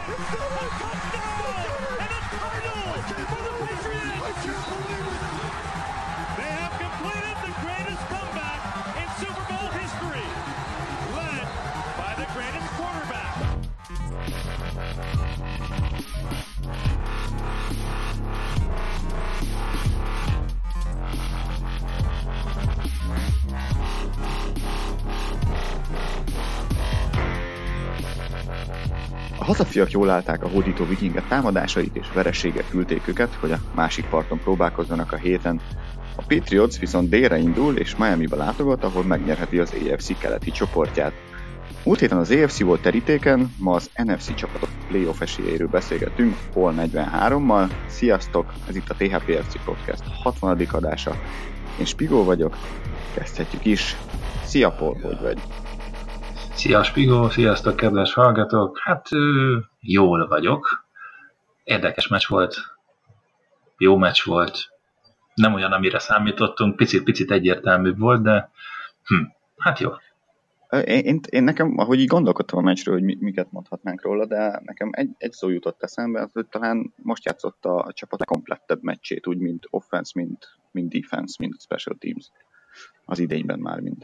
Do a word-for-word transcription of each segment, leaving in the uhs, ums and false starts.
A hazafiak jól állták a hódító vikingek támadásait, és vereségek küldték őket, hogy a másik parton próbálkozzanak a héten. A Patriots viszont délre indul, és Miamiba látogat, ahol megnyerheti az á ef cé keleti csoportját. Múlt héten az á ef cé volt terítéken, ma az en ef cé csapatok playoff esélyeiről beszélgetünk Paul negyvenhárommal. Sziasztok! Ez itt a té há pé ef cé Podcast hatvanadik adása. Én Spigó vagyok, kezdhetjük is. Szia Paul, hogy vagy? Szia Spigó, sziasztok kedves hallgatók! Hát jól vagyok. Érdekes meccs volt. Jó meccs volt. Nem olyan, amire számítottunk. Picit-picit egyértelműbb volt, de hm, hát jó. Én, én, én nekem, ahogy így gondolkodtam a meccsről, hogy mi, miket mondhatnánk róla, de nekem egy, egy szó jutott eszembe, hogy talán most játszott a, a csapat komplettebb meccsét, úgy mint offense, mint, mint defense, mint special teams. Az idényben már mind.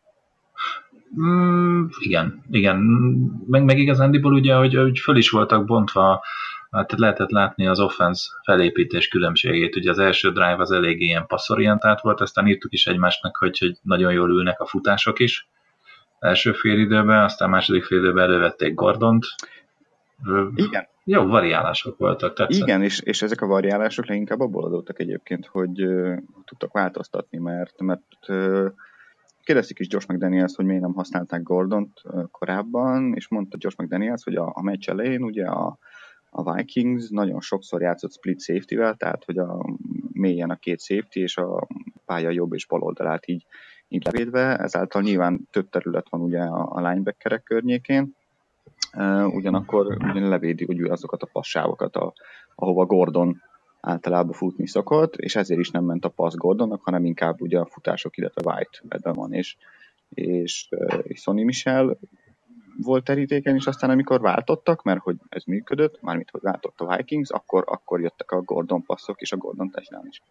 Mm, igen, igen. Meg, meg igazándiból ugye, hogy, hogy föl is voltak bontva, hát lehetett látni az offense felépítés különbségét. Ugye az első drive az elég ilyen passzorientált volt, aztán írtuk is egymásnak, hogy, hogy nagyon jól ülnek a futások is. Első fél időben, aztán második fél időben elővették Gordont. Igen. Jó variálások voltak, tetszett. Igen, és, és ezek a variálások leginkább abból adottak egyébként, hogy uh, tudtak változtatni, mert, mert uh, kérdezték is Josh McDaniels, hogy miért nem használták Gordont uh, korábban, és mondta Josh McDaniels, hogy a, a meccs elején ugye a, a Vikings nagyon sokszor játszott split safety-vel, tehát hogy a mélyen a két safety és a pálya jobb és bal oldalát így így levédve, ezáltal nyilván több terület van ugye a, a linebackerek környékén, uh, ugyanakkor ugyan levédi ugye azokat a passávokat, a, ahova Gordon általában futni szokott, és ezért is nem ment a passz Gordonnak, hanem inkább ugye a futások, illetve White ebben van, és, és, uh, és Sonny Michel volt terítéken, és aztán amikor váltottak, mert hogy ez működött, mármint hogy váltott a Vikings, akkor, akkor jöttek a Gordon passzok és a Gordon touchdown is.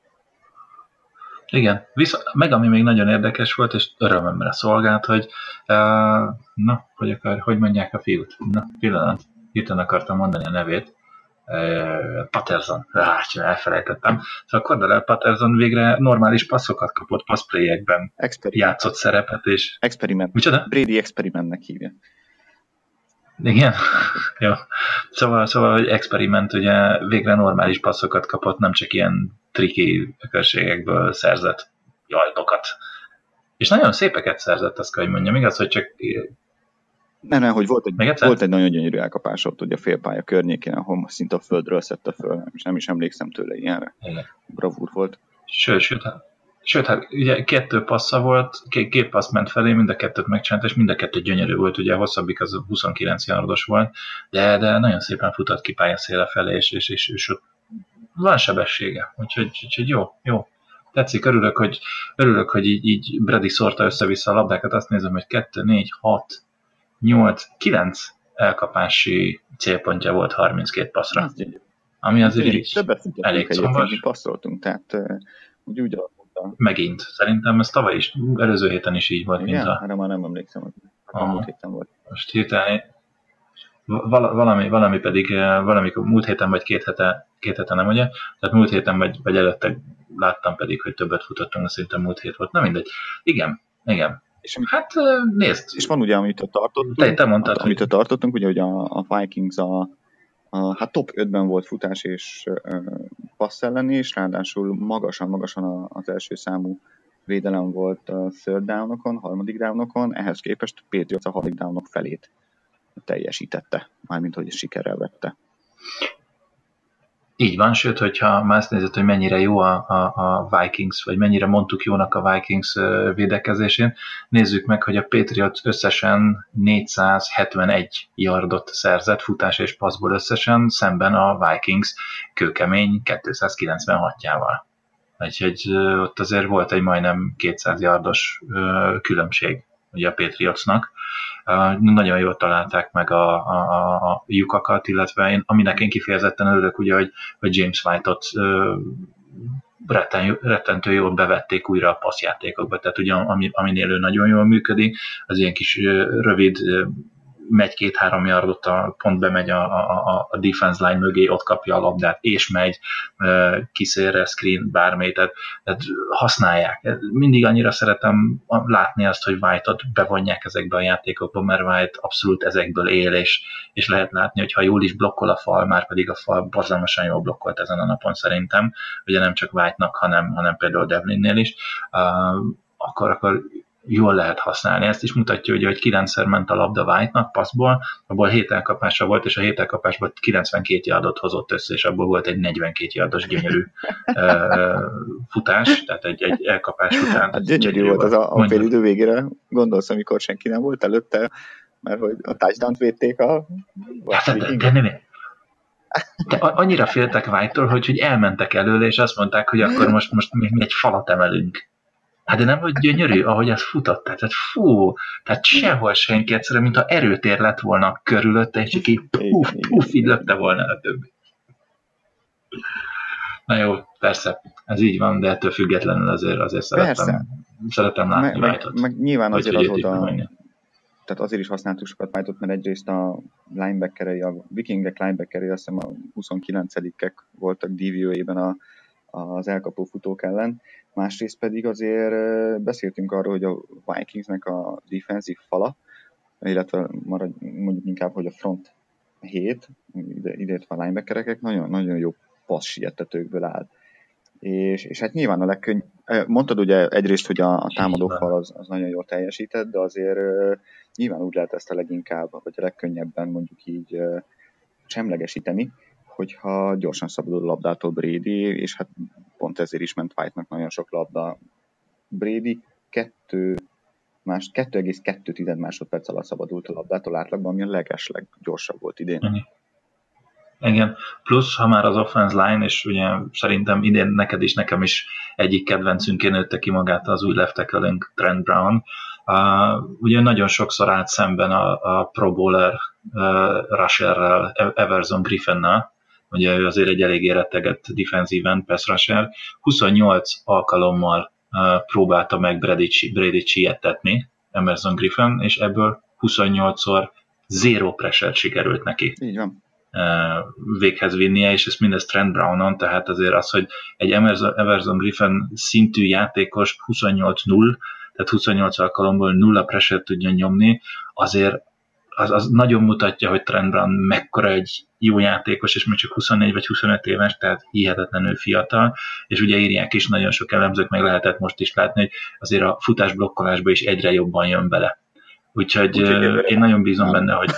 Igen, viszont meg ami még nagyon érdekes volt, és örömömre szolgált, hogy uh, na, hogy, akar, hogy mondják a fiút? Na, pillanat, hirtelen akartam mondani a nevét. Uh, Patterson, ráh, elfelejtettem. Szóval Cordarrelle Patterson végre normális passzokat kapott passplayekben, játszott szerepet, és... Experiment. Micsoda? Brady experimentnek hívja. Igen? Jó. Szóval, szóval, hogy experiment, ugye végre normális passzokat kapott, nem csak ilyen triki ökörségekből szerzett jajtokat. És nagyon szépeket szerzett, azt kell, hogy mondjam. Igaz, hogy csak... Nem, nem, hogy volt egy, volt egy nagyon gyönyörű elkapás ott, ugye a félpálya környékén, ahol szinte a földről szedte föl, és nem is emlékszem tőle ilyenre. Igen. Bravúr volt. Sőt, sőt, Sőt, hát ugye kettő passza volt, két, két passz ment felé, mind a kettőt megcsinált, és mind a kettő gyönyörű volt, ugye a hosszabbik az huszonkilenc yardos volt, de, de nagyon szépen futott ki pályaszéle felé, és, és, és, és van sebessége, úgyhogy, úgyhogy jó, jó. Tetszik, örülök, hogy, örülök, hogy így, így Brady szórta össze-vissza a labdákat, azt nézem, hogy kettő, négy, hat, nyolc, kilenc elkapási célpontja volt harminckét passzra. Az ami azért így elég szombas. Mi passzoltunk, tehát úgy úgy megint. Szerintem ez tavaly is, előző héten is így volt. Igen? Mint a... Erre már nem emlékszem, hogy a múlt héten volt. Most hirtelen val- valami, valami pedig, valamikor múlt héten vagy két hete, két hete nem, ugye? Tehát múlt héten vagy, vagy előtte láttam pedig, hogy többet futottunk, szerintem múlt hét volt. Na mindegy. Igen, igen. És hát nézd. És van ugye, amit tartottunk. Te, te mondtad, hát, amit tartottunk, ugye, hogy a, a Vikings a A, hát top ötben volt futás és uh, passz ellen is, ráadásul magasan-magasan az első számú védelem volt a third downokon, harmadik downokon, ehhez képest Patriots a harmadik downok felét teljesítette, mármint hogy sikerrel vette. Így van, sőt, hogyha már azt nézed, hogy mennyire jó a, a, a Vikings, vagy mennyire mondtuk jónak a Vikings védekezésén, nézzük meg, hogy a Patriots összesen négyszázhetvenegy yardot szerzett futás és passzból összesen, szemben a Vikings kőkemény kétszázkilencvenhatjával. Úgyhogy ott azért volt egy majdnem kétszáz yardos különbség. ugye a Patriotsnak. Uh, nagyon jól találták meg a, a, a lyukakat, illetve én, aminek én kifejezetten örülök, ugye, hogy, hogy James White-ot uh, retten, rettentő jól bevették újra a passzjátékokba, tehát ugye ami, aminél ő nagyon jól működik, az ilyen kis uh, rövid uh, megy két-három yardot, a, pont bemegy a, a, a defense line mögé, ott kapja a labdát, és megy uh, kiszélre, screen, bármely, tehát, tehát használják. Mindig annyira szeretem látni azt, hogy White-ot bevonják ezekbe a játékokba, mert White abszolút ezekből él, és, és lehet látni, hogy ha jól is blokkol a fal, már pedig a fal borzalmasan jól blokkolt ezen a napon szerintem, ugye nem csak White-nak, hanem, hanem például Devlinnél is, uh, akkor, akkor jól lehet használni. Ezt is mutatja, hogy, hogy kilencszer ment a labda White-nak passzból, abból hét elkapása volt, és a hét elkapásban kilencvenkét yardot hozott össze, és abból volt egy negyvenkét yardos gyönyörű uh, futás, tehát egy, egy elkapás után. Hát gyönyörű volt az a, a fél idő végére, gondolsz, amikor senki nem volt előtte, mert hogy a touchdown-t védték a... De, de, de, de, de, de annyira féltek White-tól, hogy, hogy elmentek előle, és azt mondták, hogy akkor most, most mi, mi egy falat emelünk. Hát de nem, hogy gyönyörű, ahogy ez futott, tehát fú, tehát sehol senki egyszerűen, mintha erőtér lett volna körülötte, és csak így puf, puf, így lökte volna a többi. Na jó, persze, ez így van, de ettől függetlenül azért, azért szeretem, szeretem látni meg, White-ot. Meg, meg nyilván azért az oda, meg tehát azért is használtuk sokat White-ot, mert egyrészt a linebackerei, a Vikingek linebackerei, azt hiszem a huszonkilencedikek voltak dé vé o-ében a, az elkapó futók ellen. Másrészt pedig azért beszéltünk arról, hogy a Vikingsnek a defensív fala, illetve marad, mondjuk inkább, hogy a front hét, ideértve a linebackerekek, nagyon, nagyon jó passz siettetőkből áll. És, és hát nyilván a legkönny... Mondtad ugye egyrészt, hogy a, a támadó fal az, az nagyon jól teljesített, de azért nyilván úgy lehet ezt a leginkább, vagy a legkönnyebben mondjuk így semlegesíteni, hogyha gyorsan szabadul a labdától Brady, és hát pont ezért is ment White-nak nagyon sok labda. Brady kettő egész kettő másodperc alatt szabadult a labdától átlagban, ami a legesleg gyorsabb volt idén. Uh-huh. Igen, plusz, ha már az offense line, és ugye szerintem idén neked is, nekem is egyik kedvencünként nőtte ki magát az új left tackle-ünk, Trent Brown. Uh, ugye nagyon sokszor állt szemben a, a Pro Bowler uh, rusherrel, Everson Griffennel, ugye ő azért egy eléggé rettegett defensíven pass rusher, huszonnyolc alkalommal uh, próbálta meg Brady-t Brady siettetni, Emerson Griffin, és ebből huszonnyolcszor zero pressure sikerült neki. Így van. Véghez vinnie, és ezt mindezt Trent Brownon, tehát azért az, hogy egy Emerson, Everson Griffin szintű játékos huszonnyolc null, tehát huszonnyolc alkalomból nulla pressure tudjon nyomni, azért az, az nagyon mutatja, hogy Trent Brown mekkora egy jó játékos, és még csak huszonnégy vagy huszonöt éves, tehát hihetetlenül fiatal, és ugye írják is nagyon sok elemzők, meg lehetett most is látni, hogy azért a futásblokkolásba is egyre jobban jön bele. Úgyhogy Úgy, én nagyon bízom benne, hogy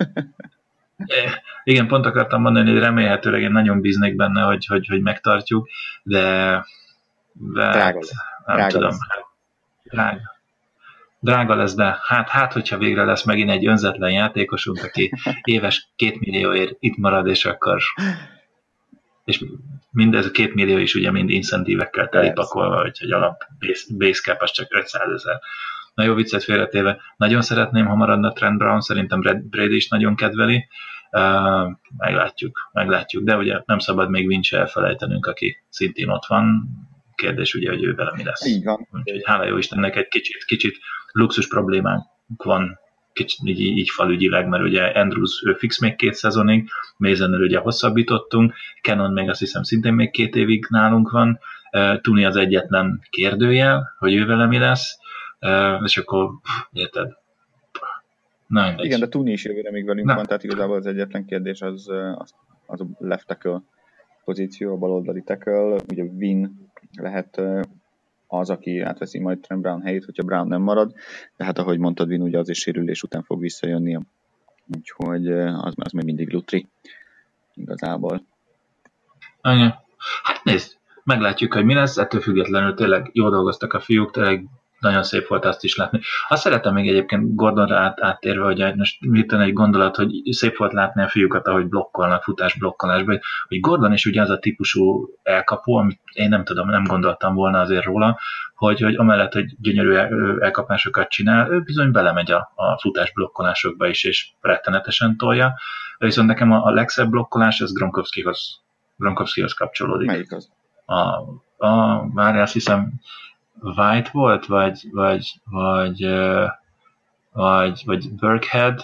igen, pont akartam mondani, hogy remélhetőleg én nagyon bíznék benne, hogy, hogy, hogy megtartjuk, de, de drága lesz. Nem drága tudom. Lesz. Drága. Drága lesz, de hát, hát, hogyha végre lesz megint egy önzetlen játékosunk, aki éves két millióért itt marad, és akkor és mindez a két millió is ugye mind incentívekkel telipakolva, úgyhogy alap base, base cap az csak ötszázezer. Na jó, viccet félretéve, nagyon szeretném, ha maradna Trent Brown, szerintem Brady is nagyon kedveli, uh, meglátjuk, meglátjuk, de ugye nem szabad még Winch elfelejtenünk, aki szintén ott van, kérdés ugye, hogy ő vele mi lesz. Így van. Úgyhogy hála jó Istennek egy kicsit, kicsit luxus problémánk van, kicsit így, így falügyileg, mert ugye Andrews ő fix még két szezonig, Masonnel ugye hosszabbítottunk, Cannon még azt hiszem szintén még két évig nálunk van, uh, Tuni az egyetlen kérdőjel, hogy ő vele mi lesz, Uh, és akkor, pff, érted? Na, igen, de Tuni is jövőre még velünk Na. van, tehát igazából az egyetlen kérdés az, az, az a left tackle pozíció, a baloldali tackle. Ugye Win lehet az, aki átveszi majd Trent Brown helyét, hogyha Brown nem marad, de hát ahogy mondtad, Win ugye azért sérülés után fog visszajönni, úgyhogy az, az még mindig lutri igazából. Anya. Hát nézd, meglátjuk, hogy mi lesz, ettől függetlenül tényleg jól dolgoztak a fiúk, tényleg nagyon szép volt azt is látni. Azt szeretem még egyébként Gordonra át, áttérve, hogy most hirtelen egy gondolat, hogy szép volt látni a fiúkat, ahogy blokkolnak, futás blokkolásban, hogy Gordon is ugye az a típusú elkapó, amit én nem tudom, nem gondoltam volna azért róla, hogy, hogy amellett, hogy gyönyörű elkapásokat csinál, ő bizony belemegy a, a futás blokkolásokba is, és rettenetesen tolja. Viszont nekem a, a legszebb blokkolás, ez Gronkowskihoz, Gronkowskihoz kapcsolódik. Melyik az? A, a, már azt hiszem, White volt, vagy, vagy, vagy, vagy, vagy Burkhead,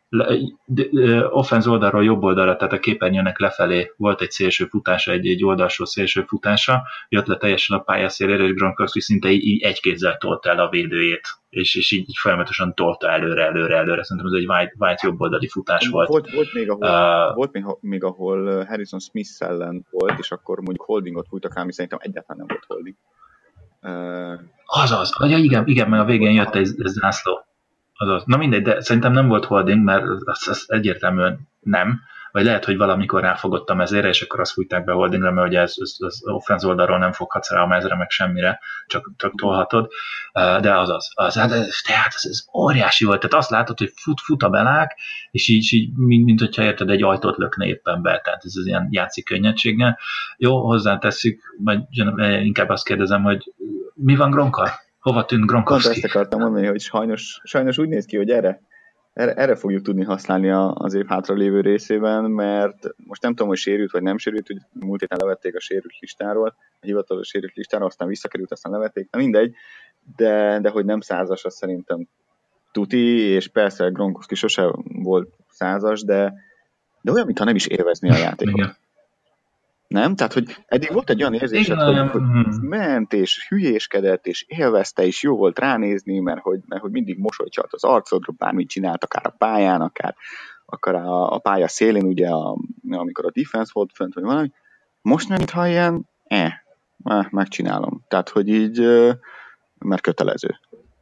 offense oldalról jobb oldalra, tehát a képernyőnek lefelé volt egy szélső futása, egy, egy oldalsó szélső futása, jött le teljesen a pályaszélére, és Gronkowski szinte így, így egy kézzel tolta el a védőjét, és, és így, így folyamatosan tolta előre, előre, előre. Szerintem ez egy White, White jobb oldali futás volt. Volt, volt, még, ahol, uh, volt még, még, ahol Harrison Smith ellen volt, és akkor mondjuk holdingot fújtak rá, ami szerintem egyáltalán nem volt holding. Uh, Azaz, ja, igen, igen, meg a végén jött egy, egy zászló. Azaz. Na mindegy, de szerintem nem volt holding, mert az, az egyértelműen nem. Vagy lehet, hogy valamikor ráfogott a mezére, és akkor azt fújták be holdingra, mert ugye ez, ez, ez offense oldalról nem foghatsz rá a mezre, meg semmire, csak, csak tolhatod. De azaz, az, tehát ez, ez óriási volt. Tehát azt látod, hogy fut, fut a belák, és így, így mint, mint hogyha érted, egy ajtót lökne éppen be. Tehát ez az ilyen játszik könnyedséggel. Jó, hozzátesszük, vagy inkább azt kérdezem, hogy mi van Gronkkal? Hova tűnt Gronkowski? Pont ezt akartam mondani, hogy sajnos, sajnos úgy néz ki, hogy erre, erre, erre fogjuk tudni használni a, az év hátra lévő részében, mert most nem tudom, hogy sérült vagy nem sérült, hogy múlt héten levették a sérült listáról, a hivatalos sérült listáról, aztán visszakerült, aztán levették, na mindegy, de, de hogy nem százas, az szerintem tuti, és persze Gronkowski sose volt százas, de, de olyan, mintha nem is élvezni a játékot. Igen. Nem? Tehát, hogy eddig volt egy olyan érzésed, hogy, hogy ment, és hülyéskedett, és élvezte, és jó volt ránézni, mert hogy, mert hogy mindig mosolyt csalt az arcodra, bármit csinált, akár a pályán, akár, akár a, a pálya szélén, ugye, a, amikor a defense volt fönt, vagy valami. Most nem, mintha ilyen, eh, megcsinálom. Tehát, hogy így, mert kötelező.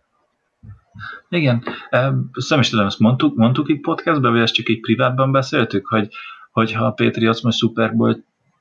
Igen, ezt nem is tudom, ezt mondtuk, mondtuk így podcastban, vagy ezt csak így privátban beszéltük, hogy, hogyha a Patriots most Super Bowl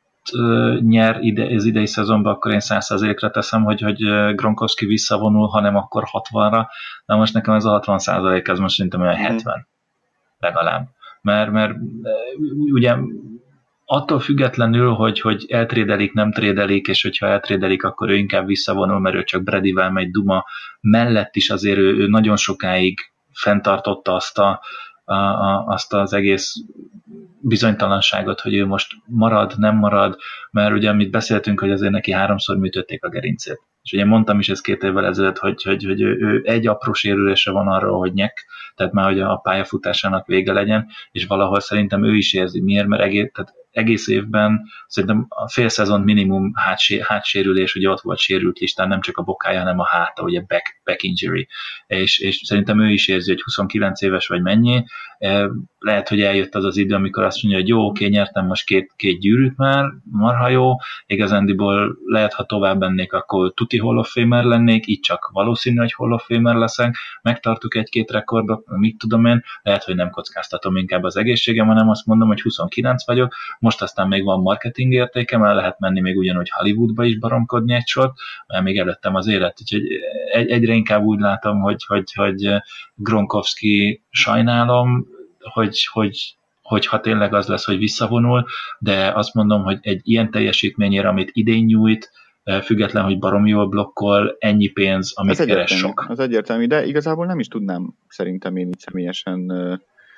nyer ide, az idei szezonban, akkor én száz százalékra teszem, hogy, hogy Gronkowski visszavonul, hanem akkor hatvanra. Na most nekem ez a hatvan százalék, ez most szerintem olyan hetven legalább. Mert, mert ugye attól függetlenül, hogy, hogy eltrédelik, nem trédelik, és hogyha eltrédelik, akkor ő inkább visszavonul, mert ő csak Bradyvel megy duma. Mellett is azért ő, ő nagyon sokáig fenntartotta azt, a, a, a, azt az egész bizonytalanságot, hogy ő most marad, nem marad, mert ugye amit beszéltünk, hogy azért neki háromszor műtötték a gerincét. És ugye mondtam is ezt két évvel ezelőtt, hogy, hogy, hogy ő, ő egy apró sérülése van arról, hogy nyek, tehát már hogy a pályafutásának vége legyen, és valahol szerintem ő is érzi. Miért? Mert egész, tehát egész évben szerintem a fél szezon minimum hátsé, hátsérülés, ugye ott volt sérült listán, nem csak a bokája, hanem a háta, ugye back, back injury. És, és szerintem ő is érzi, hogy huszonkilenc éves vagy mennyi. Lehet, hogy eljött az az idő, amikor azt mondja, hogy jó, oké, nyertem most két, két gyűrűt már, marha jó, igazándiból lehet, ha tovább mennék, akkor tuti Hall of Famer lennék, így csak valószínű, hogy Hall of Famer leszek, megtartok egy-két rekordot, mit tudom én, lehet, hogy nem kockáztatom inkább az egészségem, hanem azt mondom, hogy huszonkilenc vagyok, most aztán még van marketing értékem, el lehet menni még ugyanúgy Hollywoodba is baromkodni egy sort, mert még előttem az élet, úgyhogy egy, egyre inkább úgy látom, hogy, hogy, hogy Gronkowski sajnálom, hogy, hogy, hogy ha tényleg az lesz, hogy visszavonul, de azt mondom, hogy egy ilyen teljesítményére, amit idén nyújt, független, hogy baromi jól blokkol, ennyi pénz, amit az keres sok. Az egyértelmű, de igazából nem is tudnám szerintem én így személyesen ö,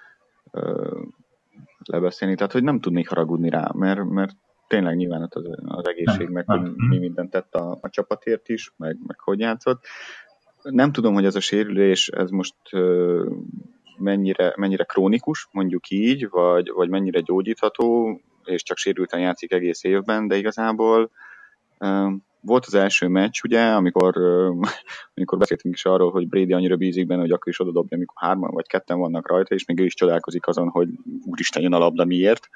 ö, lebeszélni, tehát hogy nem tudnék haragudni rá, mert, mert tényleg nyilván az, az egészség, meg hogy mi mindent tett a, a csapatért is, meg, meg hogy játszott. Nem tudom, hogy ez a sérülés, ez most ö, mennyire, mennyire krónikus, mondjuk így, vagy, vagy mennyire gyógyítható, és csak sérülten játszik egész évben, de igazából ö, volt az első meccs, ugye, amikor, ö, amikor beszéltünk is arról, hogy Brady annyira bízik benne, hogy akkor is odadobja, amikor hárman vagy ketten vannak rajta, és még ő is csodálkozik azon, hogy úristen jön a labda, miért.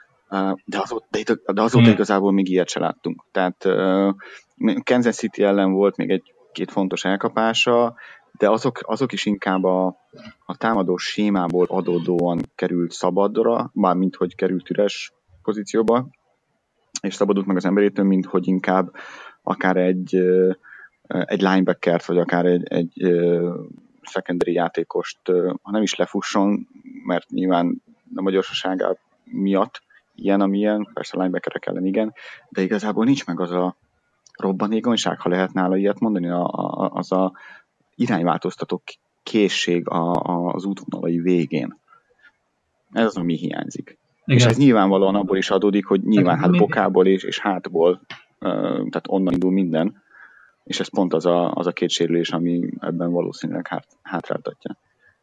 De azóta, de azóta hmm. igazából még ilyet se láttunk. Tehát uh, Kansas City ellen volt még egy-két fontos elkapása, de azok, azok is inkább a, a támadó sémából adódóan került szabadra, mármint hogy került üres pozícióba, és szabadult meg az emberétől, mint hogy inkább akár egy, egy linebackert, vagy akár egy, egy uh, secondary játékost, uh, ha nem is lefusson, mert nyilván a gyorsasága miatt ilyen, amilyen, persze a linebackerek ellen igen, de igazából nincs meg az a robbanékonyság, ha lehet nála ilyet mondani, a, a, az a irányváltoztató készség a, a, az útvonalai végén. Ez az, ami hiányzik. Igen. És ez nyilvánvalóan abból is adódik, hogy nyilván hát bokából és, és hátból, uh, tehát onnan indul minden, és ez pont az a, az a két sérülés, ami ebben valószínűleg hát, hátráltatja.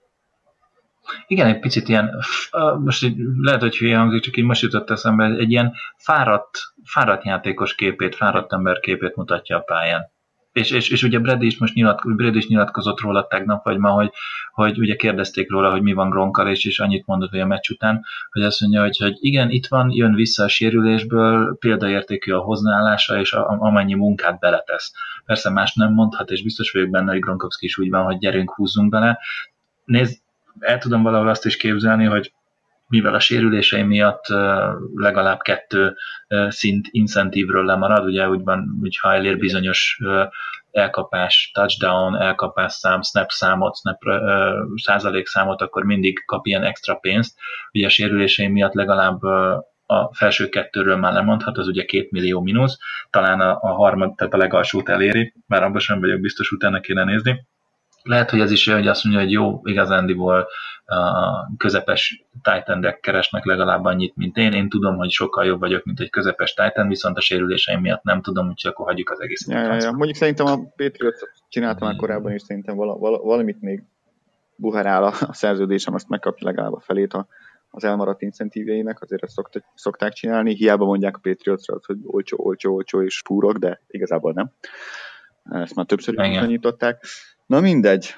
Igen, egy picit ilyen, most így lehet, hogy hülye hangzik, csak így most jutott eszembe, egy ilyen fáradt, fáradt játékos képét, fáradt ember képét mutatja a pályán. És, és, és ugye Brady is most nyilatkozott, Brady is nyilatkozott róla tegnap, vagy ma, hogy, hogy ugye kérdezték róla, hogy mi van Gronkkal, és is annyit mondott, hogy a meccs után, hogy azt mondja, hogy, hogy igen, itt van, jön vissza a sérülésből, példaértékű a hozzáállása, és a, amennyi munkát beletesz. Persze más nem mondhat, és biztos vagyok benne, hogy Gronkowski is úgy van, hogy gyerünk, húzzunk bele. Nézd, el tudom valahol azt is képzelni, hogy mivel a sérülései miatt legalább kettő szint incentívről lemarad, ugye úgy van, hogyha elér bizonyos elkapás, touchdown, elkapás szám, snap számot, snap százalék számot, akkor mindig kap ilyen extra pénzt. Ugye a sérülései miatt legalább a felső kettőről már lemondhat, az ugye két millió mínusz, talán a, a harmad, tehát a legalsót eléri, bár abban sem vagyok biztos, utána kéne nézni. Lehet, hogy ez is olyan, hogy azt mondja, hogy jó, igazándiból a közepes tight endek keresnek legalább annyit, mint én. Én tudom, hogy sokkal jobb vagyok, mint egy közepes tight end, viszont a sérüléseim miatt nem tudom, úgyhogy akkor hagyjuk az egészet. Ja, ja, ja. Mondjuk szerintem a Patriots csinálta már korábban, és szerintem vala, vala, valamit még buherál a, a szerződésem, azt megkapja legalább a felét a, az elmaradt incentívjeinek, azért ezt szokták, szokták csinálni. Hiába mondják a Patriotsra, hogy olcsó, olcsó, olcsó és púrok, de igazából nem. Ezt már többször bizonyították. Na mindegy.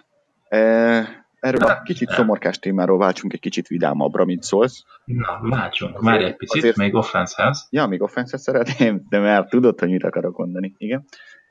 Erről a kicsit szomorkás témáról váltsunk egy kicsit vidámabbra, mint szólsz. Na, váltsunk. Várj egy picit, azért... még offensehez. Ja, még offensehez szeretném, de már tudod, hogy mit akarok mondani. Igen?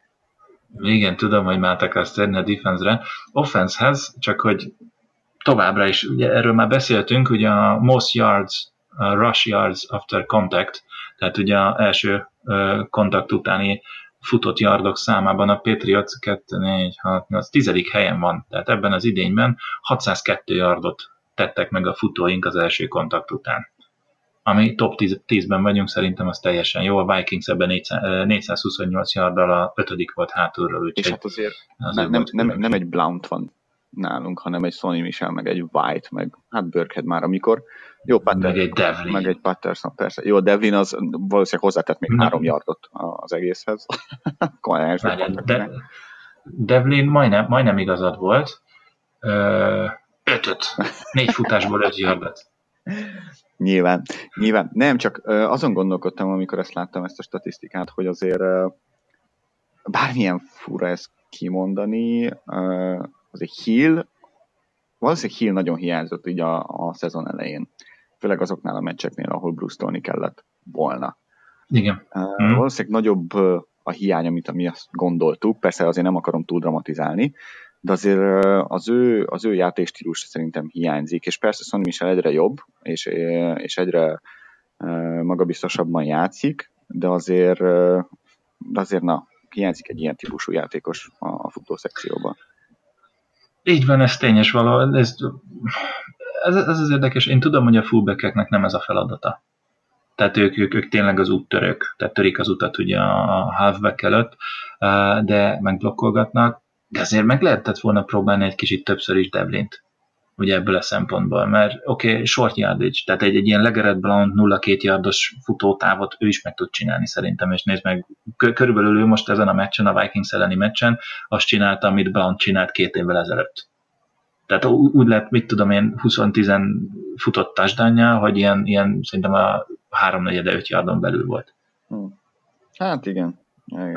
Igen, tudom, hogy már akarsz térni a defense-re. Offensehez, csak hogy továbbra is, ugye erről már beszéltünk, ugye a most yards, a rush yards after contact, tehát ugye az első uh, kontakt utáni futott yardok számában a Patriots kettő, négy, hat, nyolc, tizedik helyen van. Tehát ebben az idényben hatszázkettő yardot tettek meg a futóink az első kontakt után. Ami top tízben vagyunk, szerintem az teljesen jó. A Vikings ebben négyszázhuszonnyolc yarddal a ötödik volt hátulról. És hát azért, azért nem, nem, nem, nem egy Blount van nálunk, hanem egy Sonny Michel, meg egy White, meg hát Burkhead már, amikor jó, Pater, meg egy Devlin. Meg egy Patterson, persze. Jó, Devlin az valószínűleg hozzátett még Na. három yardot az egészhez. Várjál, De, Devlin majdnem, majdnem igazad volt. Ö, ötöt. Négy futásból öt yardot. Nyilván, nyilván. Nem, csak azon gondolkodtam, amikor ezt láttam, ezt a statisztikát, hogy azért bármilyen fura ezt kimondani, azért Hill, valószínűleg Hill nagyon hiányzott így a, a szezon elején. Főleg azoknál a meccseknél, ahol brusztolni kellett volna. Igen. Uh, mm. Valószínűleg nagyobb a hiány, mint ami azt gondoltuk. Persze azért nem akarom túl dramatizálni, de azért az ő, az ő játékstílus szerintem hiányzik, és persze Sonny Michel egyre jobb, és, és egyre magabiztosabban játszik, de azért, de azért na, hiányzik egy ilyen típusú játékos a, a futószekcióban. Így van, ez tényes való. Ez, ez, ez az érdekes. Én tudom, hogy a fullbackeknek nem ez a feladata. Tehát ők, ők, ők tényleg az úttörők, tehát törik az utat ugye a halfback előtt, de megblokkolgatnak, de azért meg lehetett volna próbálni egy kicsit többször is Devlint, ugye ebből a szempontból, mert oké, okay, short yardage, tehát egy, egy ilyen Legerett Blount nulla két yardos futótávot ő is meg tud csinálni szerintem, és nézd meg, körülbelül ő most ezen a meccsen, a Vikings elleni meccsen, azt csinálta, amit Blount csinált két évvel ezelőtt. Tehát úgy lett, mit tudom én, húsz-tíz futott touchdownja, hogy ilyen, ilyen szerintem a háromnegyede öt yardon belül volt. Hmm. Hát igen. igen.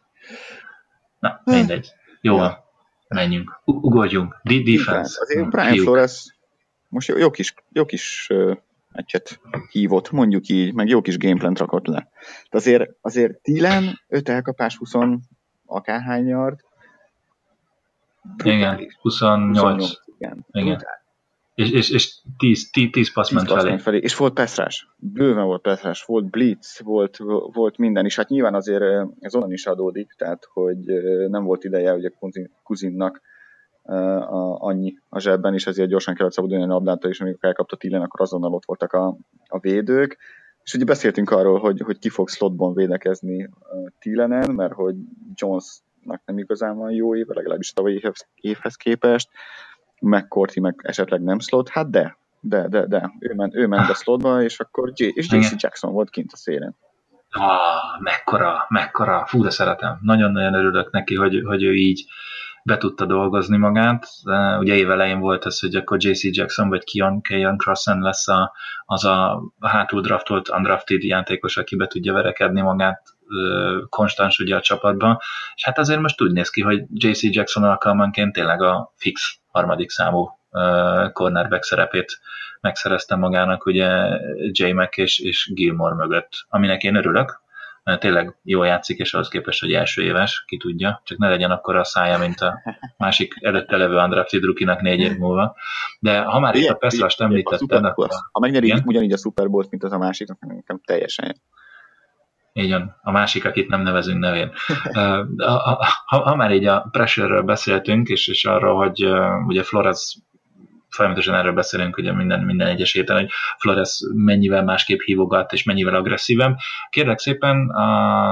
Na, mindegy. Jó, ja. Menjünk. Ugorjunk. Defense. Azért Brian Fiúk. Flores most jó, jó kis, jó kis uh, meccset hívott, mondjuk így, meg jó kis gameplant rakott le. De azért, azért Thielen öt elkapás, húsz akárhány yard. Igen, huszonnyolc. Igen. Igen. És, és, és tíz, tíz, tíz passz ment felé. felé. És volt passzrás. Bőven volt passzrás, volt blitz, volt, volt minden is. Hát nyilván azért ez onnan is adódik, tehát hogy nem volt ideje ugye Cousinnak a, annyi a zsebben, és ezért gyorsan kellett szabadulni a labdától, és amikor elkapta Thielen, akkor azonnal ott voltak a, a védők. És ugye beszéltünk arról, hogy, hogy ki fog slotban védekezni Thielenen, mert hogy Jonesnak nem igazán van jó éve, legalábbis a tavalyi évhez, évhez képest, McCourty meg esetleg nem slot, hát de, de, de, de, ő ment, ő ment a slotba, és akkor J- és jé cé Jackson volt kint a szélen. Ah, mekkora, mekkora, fú, de szeretem. Nagyon-nagyon örülök neki, hogy, hogy ő így be tudta dolgozni magát. Ugye évelején volt ez, hogy akkor jé cé Jackson vagy Keon, Keon Crossen lesz a, az a hátul draftolt, undrafted játékos, aki be tudja verekedni magát konstans ugye a csapatban. És hát azért most úgy néz ki, hogy jé cé Jackson alkalmanként tényleg a fix harmadik számú cornerback szerepét megszerezte magának ugye J-Mac és, és Gilmore mögött, aminek én örülök, mert tényleg jól játszik, és ahhoz képest, hogy első éves, ki tudja, csak ne legyen akkor a szája, mint a másik előtte levő undrafted rookie-nak négy év múlva. De ha már itt a Peszlást említetted, akkor... Ha megnyeri ugyanígy a Super Bowl-t, mint az a másiknak, nekem teljesen. Így van, a másik, akit nem nevezünk nevén. ha, ha, ha már így a pressure-ről beszéltünk, és, és arról, hogy uh, ugye Flores, folyamatosan erről beszélünk ugye minden, minden egyes héten, hogy Flores mennyivel másképp hívogat, és mennyivel agresszívebb. Kérlek szépen, a,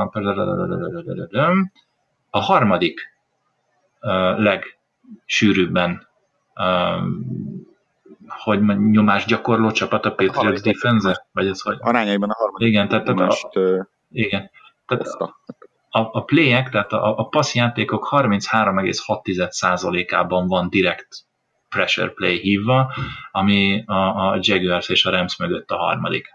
a harmadik uh, legsűrűbben uh, hogy nyomásgyakorló csapat a Patriots defense? Vagy ez hogy? Arányaiban a harmadik. Igen, tehát, tehát a, uh, igen. Tehát a, a playek, tehát a, a passzjátékok harminchárom egész hat százalékában van direkt pressure play hívva, ami a, a Jaguars és a Rams mögött a harmadik.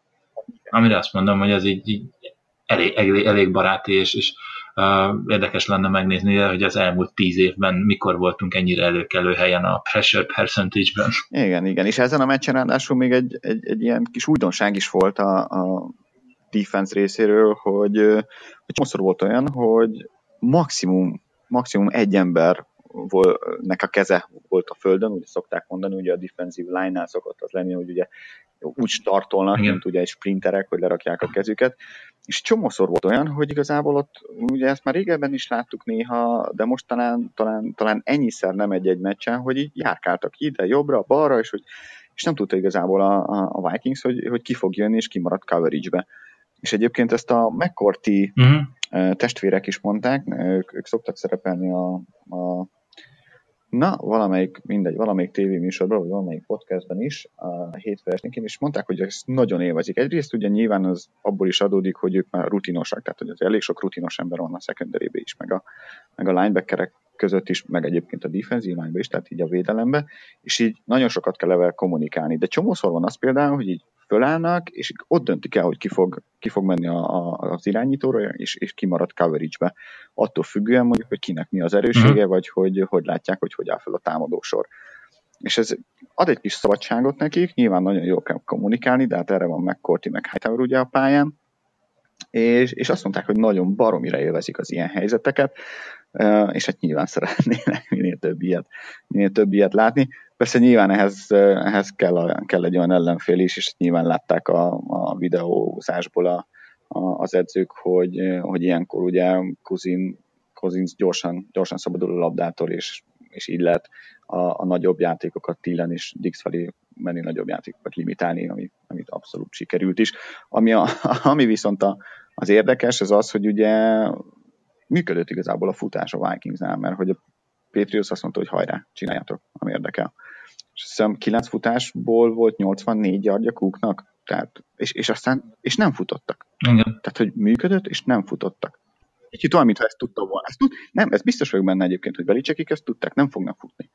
Amire azt mondom, hogy ez így, így elég, elég, elég baráti, és, és uh, érdekes lenne megnézni, hogy az elmúlt tíz évben mikor voltunk ennyire előkelő helyen a pressure percentage-ben. Igen, igen, és ezen a meccsen ráadásul még egy, egy, egy ilyen kis újdonság is volt a, a defense részéről, hogy, hogy csomószor volt olyan, hogy maximum, maximum egy ember nek a keze volt a földön, ugye szokták mondani, ugye a defensive line-nál szokott az lenni, hogy ugye úgy startolnak, igen, mint ugye egy sprinterek, hogy lerakják a kezüket, és csomószor volt olyan, hogy igazából ott, ugye ezt már régebben is láttuk néha, de most talán, talán, talán ennyiszer nem egy-egy meccsen, hogy így járkáltak ide, jobbra, balra, és, hogy, és nem tudta igazából a, a Vikings, hogy, hogy ki fog jönni, és ki maradt coverage-be. És egyébként ezt a McCourty uh-huh. testvérek is mondták, ők, ők szoktak szerepelni a, a na, valamelyik, mindegy, valamelyik tévéműsorban, vagy valamelyik podcastben is, a hétfő esténként, és mondták, hogy ezt nagyon élvezik. Egyrészt ugye nyilván az abból is adódik, hogy ők már rutinosak, tehát hogy az elég sok rutinos ember van a secondary-be is, meg a, meg a linebackerek között is, meg egyébként a defensive line-be is, tehát így a védelembe, és így nagyon sokat kell level kommunikálni. De csomószor van az például, hogy így fölállnak, és ott döntik el, hogy ki fog, ki fog menni a, a, az irányítóra, és, és ki marad coverage-be. Attól függően mondjuk, hogy kinek mi az erőssége, uh-huh. vagy hogy, hogy látják, hogy hogy áll fel a támadósor. És ez ad egy kis szabadságot nekik, nyilván nagyon jól kell kommunikálni, de hát erre van McCourty, meg Hightower ugye a pályán, és, és azt mondták, hogy nagyon baromira élvezik az ilyen helyzeteket, és hát nyilván szeretnének minél több ilyet, minél több ilyet látni. Persze nyilván ehhez, ehhez kell, kell egy olyan ellenfél is, és nyilván látták a, a videózásból a, a, az edzők, hogy, hogy ilyenkor ugye Cousin, Cousins gyorsan, gyorsan szabadul a labdától, és, és így lehet a, a nagyobb játékokat, Thielen és Diggs felé menni nagyobb játékokat limitálni, amit, amit abszolút sikerült is. Ami, a, ami viszont a, az érdekes, az az, hogy ugye működött igazából a futás a Vikingsnál, mert hogy a Patriots azt mondta, hogy hajrá, csináljátok, ami érdekel. És azt hiszem kilenc futásból volt nyolcvannégy yardja Cooknak, tehát, és, és aztán és nem futottak. Igen. Tehát, hogy működött, és nem futottak. Kicsit olyan, mintha ezt tudta volna. Ezt tud, nem, ez biztos vagyok benne egyébként, hogy Belichickik ezt tudták, nem fognak futni.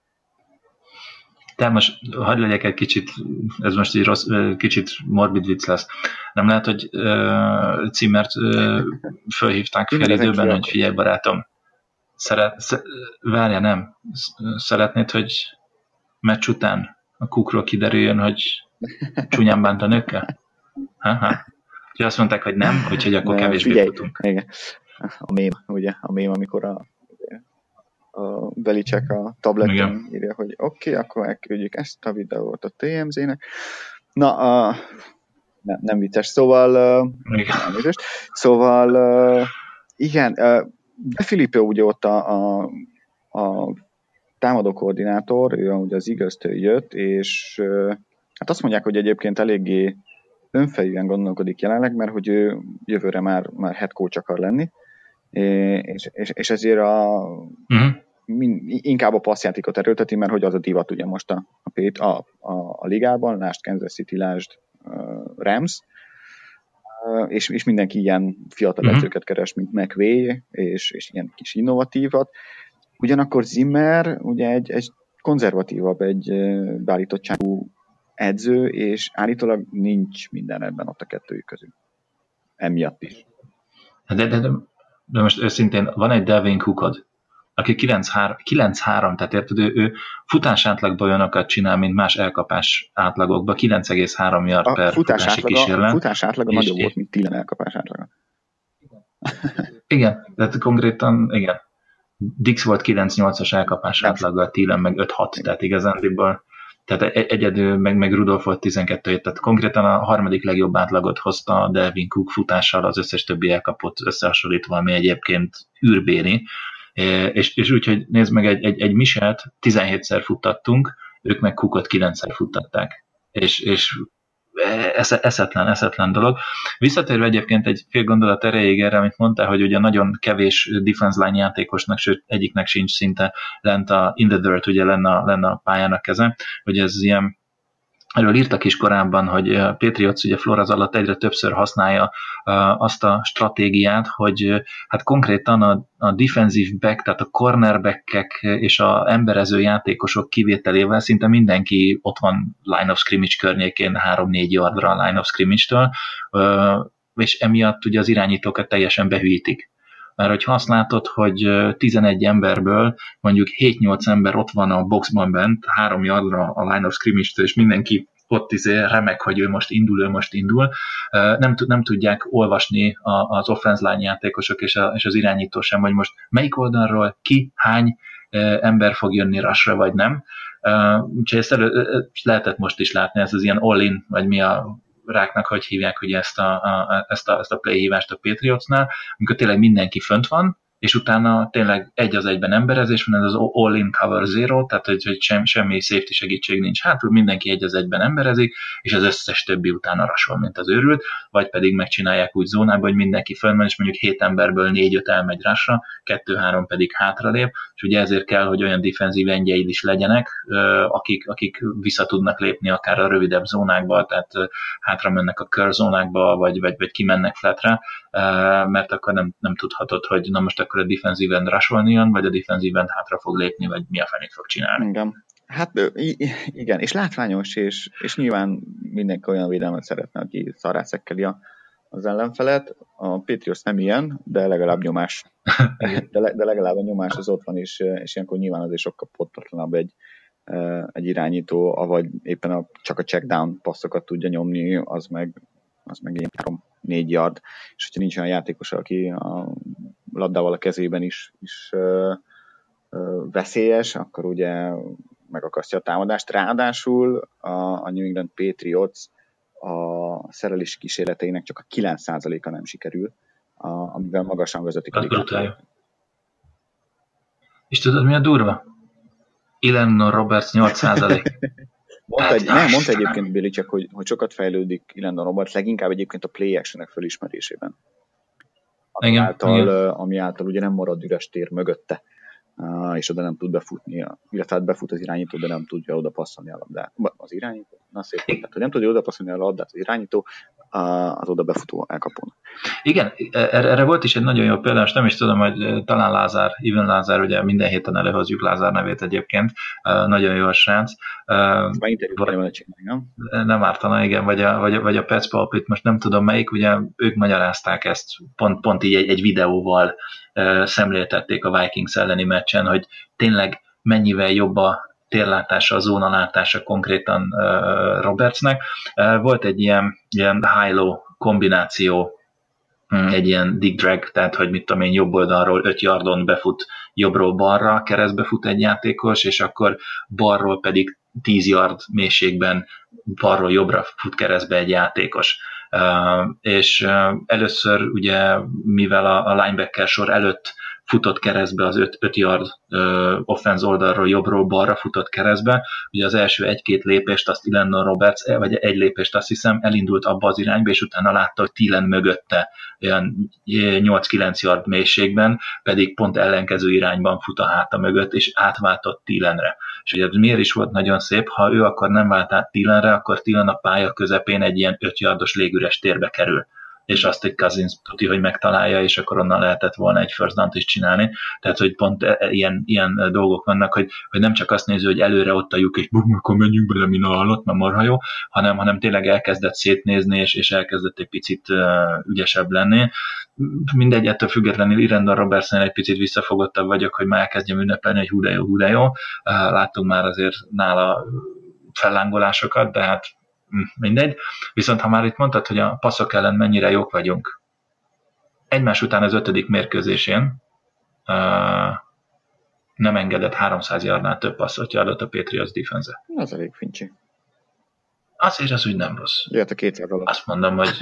De most hagyd legyek egy kicsit, ez most egy rossz, kicsit morbid vicc lesz. Nem lehet, hogy uh, Zimmert uh, fölhívták fél időben, hogy figyelj barátom, szeret, sz, várja nem, szeretnéd, hogy meccs után a Cookról kiderüljön, hogy csúnyán bánt a nőkkel? Ha-ha. Úgyhogy azt mondták, hogy nem, úgyhogy akkor nem, kevésbé figyelj, futunk. Igen. A mém, ugye, a mém, amikor a a Belicek a tabletén írja, hogy oké, okay, akkor elküldjük ezt a videót a té em zé-nek. Na, a, nem, nem vicces, szóval uh, szóval uh, igen, uh, De Filippo ugye ott a, a, a támadó koordinátor, ő ugye az Eagles-től jött, és uh, hát azt mondják, hogy egyébként eléggé önfejűen gondolkodik jelenleg, mert hogy ő jövőre már, már head coach akar lenni, és, és, és ezért a, uh-huh. min, inkább a passzjátékot erőlteti, mert hogy az a divat ugye most a, a, a, a, a ligában, lásd Kansas City, lásd uh, Rams, uh, és, és mindenki ilyen fiatal uh-huh. edzőket keres, mint McVay, és, és ilyen kis innovatívat. Ugyanakkor Zimmer ugye egy, egy konzervatívabb, egy uh, beállítottságú edző, és állítólag nincs minden ebben ott a kettőjük közül. Emiatt is. De, de, de, de most őszintén van egy Dalvin Cookod, aki kilenc három, tehát érted, ő, ő futás átlagban olyanokat csinál, mint más elkapás átlagokban, kilenc egész három yard a per futás futási átlaga, kísérlet. A futás átlaga és nagyobb és volt, mint Thielen elkapás átlaga. Igen, tehát konkrétan, igen. Dix volt kilenc nyolcas elkapás átlaggal, Thielen meg öt hat, tehát igazándiból tehát egyedül, meg, meg Rudolf volt tizenkettő, tehát konkrétan a harmadik legjobb átlagot hozta Dalvin Cook futással az összes többi elkapott összehasonlítva, ami egyébként űrbéri. És, és úgy, hogy nézd meg, egy, egy, egy Michelt tizenhétszer futtattunk, ők meg Cookot kilencszer futtatták. És, és eszetlen, eszetlen dolog. Visszatérve egyébként egy fél gondolat erejéig erre, amit mondtál, hogy ugye nagyon kevés defense line játékosnak, sőt egyiknek sincs szinte lent a in the dirt, ugye lenne a, lenne a pályának keze, hogy ez ilyen. Erről írtak is korábban, hogy Patriots ugye Flores alatt egyre többször használja azt a stratégiát, hogy hát konkrétan a, a defensive back, tehát a cornerbackek és a emberező játékosok kivételével szinte mindenki ott van line of scrimmage környékén három-négy yardra a line of scrimmage-től, és emiatt ugye az irányítókat teljesen behűítik. Mert hogyha azt látod, hogy tizenegy emberből mondjuk hét-nyolc ember ott van a boxban bent, három yardra a line of scrimmage-től, és mindenki ott izé remek, hogy ő most indul, ő most indul. Nem, nem tudják olvasni az offense line játékosok és, a, és az irányító sem, hogy most melyik oldalról ki, hány ember fog jönni rushra, vagy nem. Úgyhogy ezt elő, lehetett most is látni, ez az ilyen all-in, vagy mi a ráknak, hogy hívják ugye ezt a, a, ezt a, ezt a play hívást a Patriotsnál, amikor tényleg mindenki fönt van, és utána tényleg egy az egyben emberezés van, ez az all-in cover zero, tehát hogy, hogy sem, semmi safety segítség nincs hátul, mindenki egy az egyben emberezik, és az összes többi utána rasol, mint az őrült, vagy pedig megcsinálják úgy zónában, hogy mindenki fönn van, és mondjuk hét emberből négy-öt elmegy rásra, kettő-három pedig hátralép, és ugye ezért kell, hogy olyan defenzív endjeid is legyenek, akik, akik vissza tudnak lépni akár a rövidebb zónákba, tehát hátra mennek a kör zónákba, vagy, vagy, vagy kimennek flatre, mert akkor nem, nem tudhatod, hogy na most akkor a defenzíven rasolni jön, vagy a defenzíven hátra fog lépni, vagy mi a fenét fog csinálni. Igen. Hát igen, és látványos, és, és nyilván mindenki olyan védelmet szeretne, aki szarrászekkeli a, az ellenfelet. A Patriots nem ilyen, de legalább nyomás. De, le, de legalább a nyomás az ott van, és, és ilyenkor nyilván azért sokkal pontotlanabb egy, egy irányító, avagy éppen a, csak a check down passzokat tudja nyomni, az meg, az meg ilyen három-négy yard, és hogyha nincs olyan játékos, aki a labdával a kezében is, is ö, ö, veszélyes, akkor ugye megakasztja a támadást. Ráadásul a, a New England Patriots a szerelési kísérleteinek csak a kilenc százaléka nem sikerül, a, amivel magasan vezetik a ligát. És tudod, mi a durva? Elandon Roberts nyolc százalék. Mondta, egy, nem, mondta egyébként Belichick, hogy, hogy sokat fejlődik Elandon Roberts, leginkább egyébként a play action-nek fölismerésében. Ami, igen, által, igen. ami által ugye nem marad üres tér mögötte, és oda nem tud befutni, illetve hát befut az irányító, de nem tudja oda passzolni a labdát. Az irányító, na szép, tehát hogy nem tudja oda passzolni a labdát az irányító, az oda befutó elkapón. Igen, erre volt is egy nagyon jó példa, és nem is tudom, hogy talán Lázár, Ivan Lázár, ugye minden héten előhozzuk Lázár nevét egyébként, nagyon jó a srác. Már interjút kell csinálni, nem? Nem ártana, igen, vagy a, vagy a, vagy a Pets Pulpit, most nem tudom melyik, ugye ők magyarázták ezt, pont, pont így egy, egy videóval szemléltették a Vikings elleni meccsen, hogy tényleg mennyivel jobb a térlátása, a zónalátása konkrétan uh, Robertsnek. Uh, volt egy ilyen, ilyen high-low kombináció egy ilyen dig drag, tehát hogy mit tudom én, jobb oldalról öt yardon befut jobbról balra, keresztbe fut egy játékos, és akkor balról pedig tíz yard mélységben balról jobbra fut keresztbe egy játékos. Uh, és uh, először ugye, mivel a, a linebacker sor előtt futott keresztbe az öt yard uh, offense oldalról jobbról balra futott keresztbe, ugye az első egy-két lépést azt Elandon Roberts, vagy egy lépést azt hiszem elindult abba az irányba, és utána látta, hogy Thielen mögötte olyan nyolc-kilenc yard mélységben, pedig pont ellenkező irányban fut a háta mögött, és átváltott Thielenre. És ugye ez miért is volt nagyon szép, ha ő akkor nem vált át Thielenre, akkor Thielen a pálya közepén egy ilyen öt yardos légüres térbe kerül. És azt egy Cousins tuti, hogy megtalálja, és akkor onnan lehetett volna egy first down-t is csinálni. Tehát, hogy pont ilyen, ilyen dolgok vannak, hogy, hogy nem csak azt néző, hogy előre ott a lyuk, és bum, akkor menjünk bele, min a halott, mert marha jó, hanem, hanem tényleg elkezdett szétnézni, és, és elkezdett egy picit uh, ügyesebb lenni. Mindegy, ettől függetlenül Elandon Robertsnél egy picit visszafogottabb vagyok, hogy már elkezdjem ünnepelni, hogy hú de jó, hú de jó. Uh, láttunk már azért nála fellángolásokat, de hát mindegy. Viszont ha már itt mondtad, hogy a passzok ellen mennyire jók vagyunk, egymás után az ötödik mérkőzésén uh, nem engedett háromszáz yardnál több passzot yardot a Patriots defense-e. Az elég fincsi. Azért az úgy nem rossz. Jött a kétszáz alatt. Azt mondom, hogy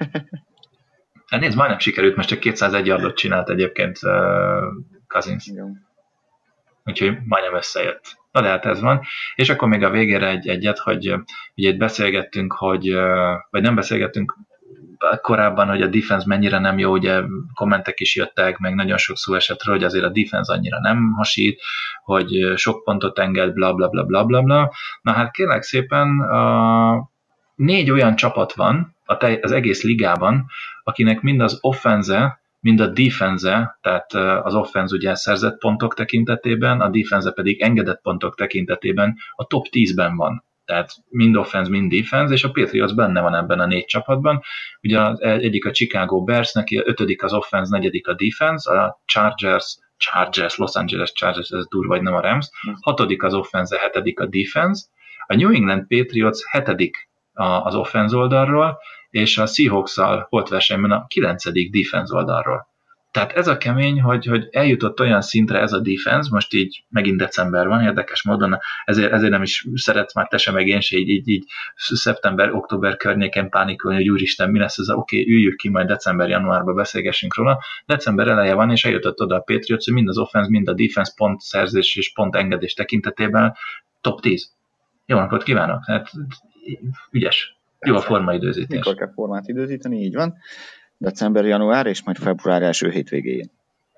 hát nézd, majdnem sikerült, most csak kétszázegy yardot csinált egyébként uh, Cousins. Igen. Úgyhogy majdnem összejött. Na de hát ez van. És akkor még a végére egy, egyet, hogy ugye itt beszélgettünk, hogy, vagy nem beszélgettünk korábban, hogy a defense mennyire nem jó, ugye kommentek is jöttek, meg nagyon sok szó esett róla, hogy azért a defense annyira nem hasít, hogy sok pontot enged, bla bla bla bla bla bla. Na hát kérlek szépen, a négy olyan csapat van az egész ligában, akinek mind az offense, mind a defense, tehát az offense ugye szerzett pontok tekintetében, a defense pedig engedett pontok tekintetében a top tízben van. Tehát mind offense, mind defense, és a Patriots benne van ebben a négy csapatban. Ugye az egyik a Chicago Bears, neki a ötödik az offense, negyedik a defense, a Chargers, Chargers, Los Angeles Chargers, ez durva, vagy nem a Rams, hatodik az offense, hetedik a defense, a New England Patriots hetedik az offense oldalról, és a Seahawks-szal holt versenyben a kilencedik defense oldalról. Tehát ez a kemény, hogy, hogy eljutott olyan szintre ez a defense, most így megint december van, érdekes módon, ezért, ezért nem is szeretsz már te se, meg én se így, így, így szeptember-október környéken pánikolni, hogy úristen, mi lesz ez, oké, okay, üljük ki, majd december-januárban beszélgessünk róla. December eleje van, és eljutott oda a Patriots, hogy mind az offense, mind a defense pont szerzés és pont engedés tekintetében top tíz. Jó napot kívánok! Hát ügyes. Jó a formaidőzítés. Mikor kell formát időzíteni, így van. December, január, és majd február első hétvégéjén.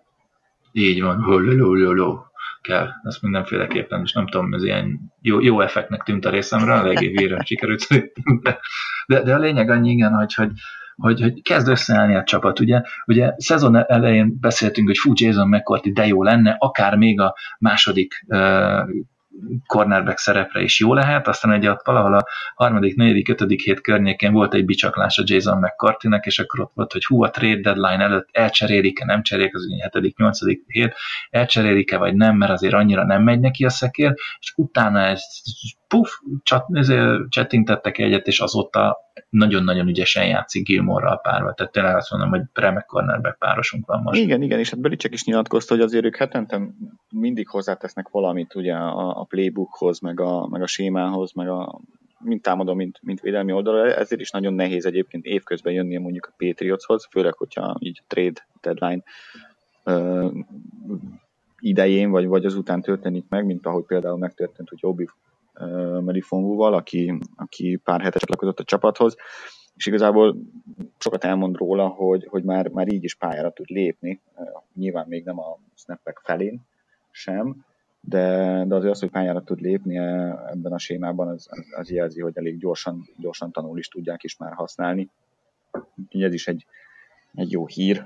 Így van. Hololololó. Kell. Ezt mindenféleképpen, és nem tudom, ez ilyen jó, jó effektnek tűnt a részemre, eléggé vírem sikerült. De, de, de a lényeg annyi, igen, hogy, hogy, hogy, hogy kezd összeállni a csapat. Ugye, ugye szezon elején beszéltünk, hogy fú, Jason McCourty de jó lenne, akár még a második uh, cornerback szerepre is jó lehet, aztán egy ott valahol a harmadik, negyedik, ötödik hét környékén volt egy bicsaklás a Jason McCourtynek, és akkor ott volt, hogy hú, a trade deadline előtt elcserélik-e, nem cserélik, az ugye hetedik, nyolcadik hét, elcserélik-e vagy nem, mert azért annyira nem megy neki a szekér, és utána egy puf, csettintettek egyet, és azóta nagyon-nagyon ügyesen játszik Gilmore-ral párba. Tehát tényleg azt mondom, hogy remek cornerback párosunk van most. Igen, igen, és hát Belichick is nyilatkozta, hogy azért ők hetente mindig hozzátesznek valamit ugye a, a playbookhoz, meg a, meg a sémához, meg a mint támadó, mint, mint védelmi oldalra. Ezért is nagyon nehéz egyébként évközben jönnie mondjuk a Patriotshoz, főleg, hogyha így trade deadline uh, idején, vagy, vagy azután történik meg, mint ahogy például megtörtént, hogy Obi uh, Melifonvuval, aki, aki pár hete csatlakozott a csapathoz, és igazából sokat elmond róla, hogy, hogy már, már így is pályára tud lépni, uh, nyilván még nem a snappek felén sem, de, de azért az, hogy pályára tud lépni ebben a sémában, az, az jelzi, hogy elég gyorsan, gyorsan tanul is tudják is már használni. Úgyhogy ez is egy, egy jó hír.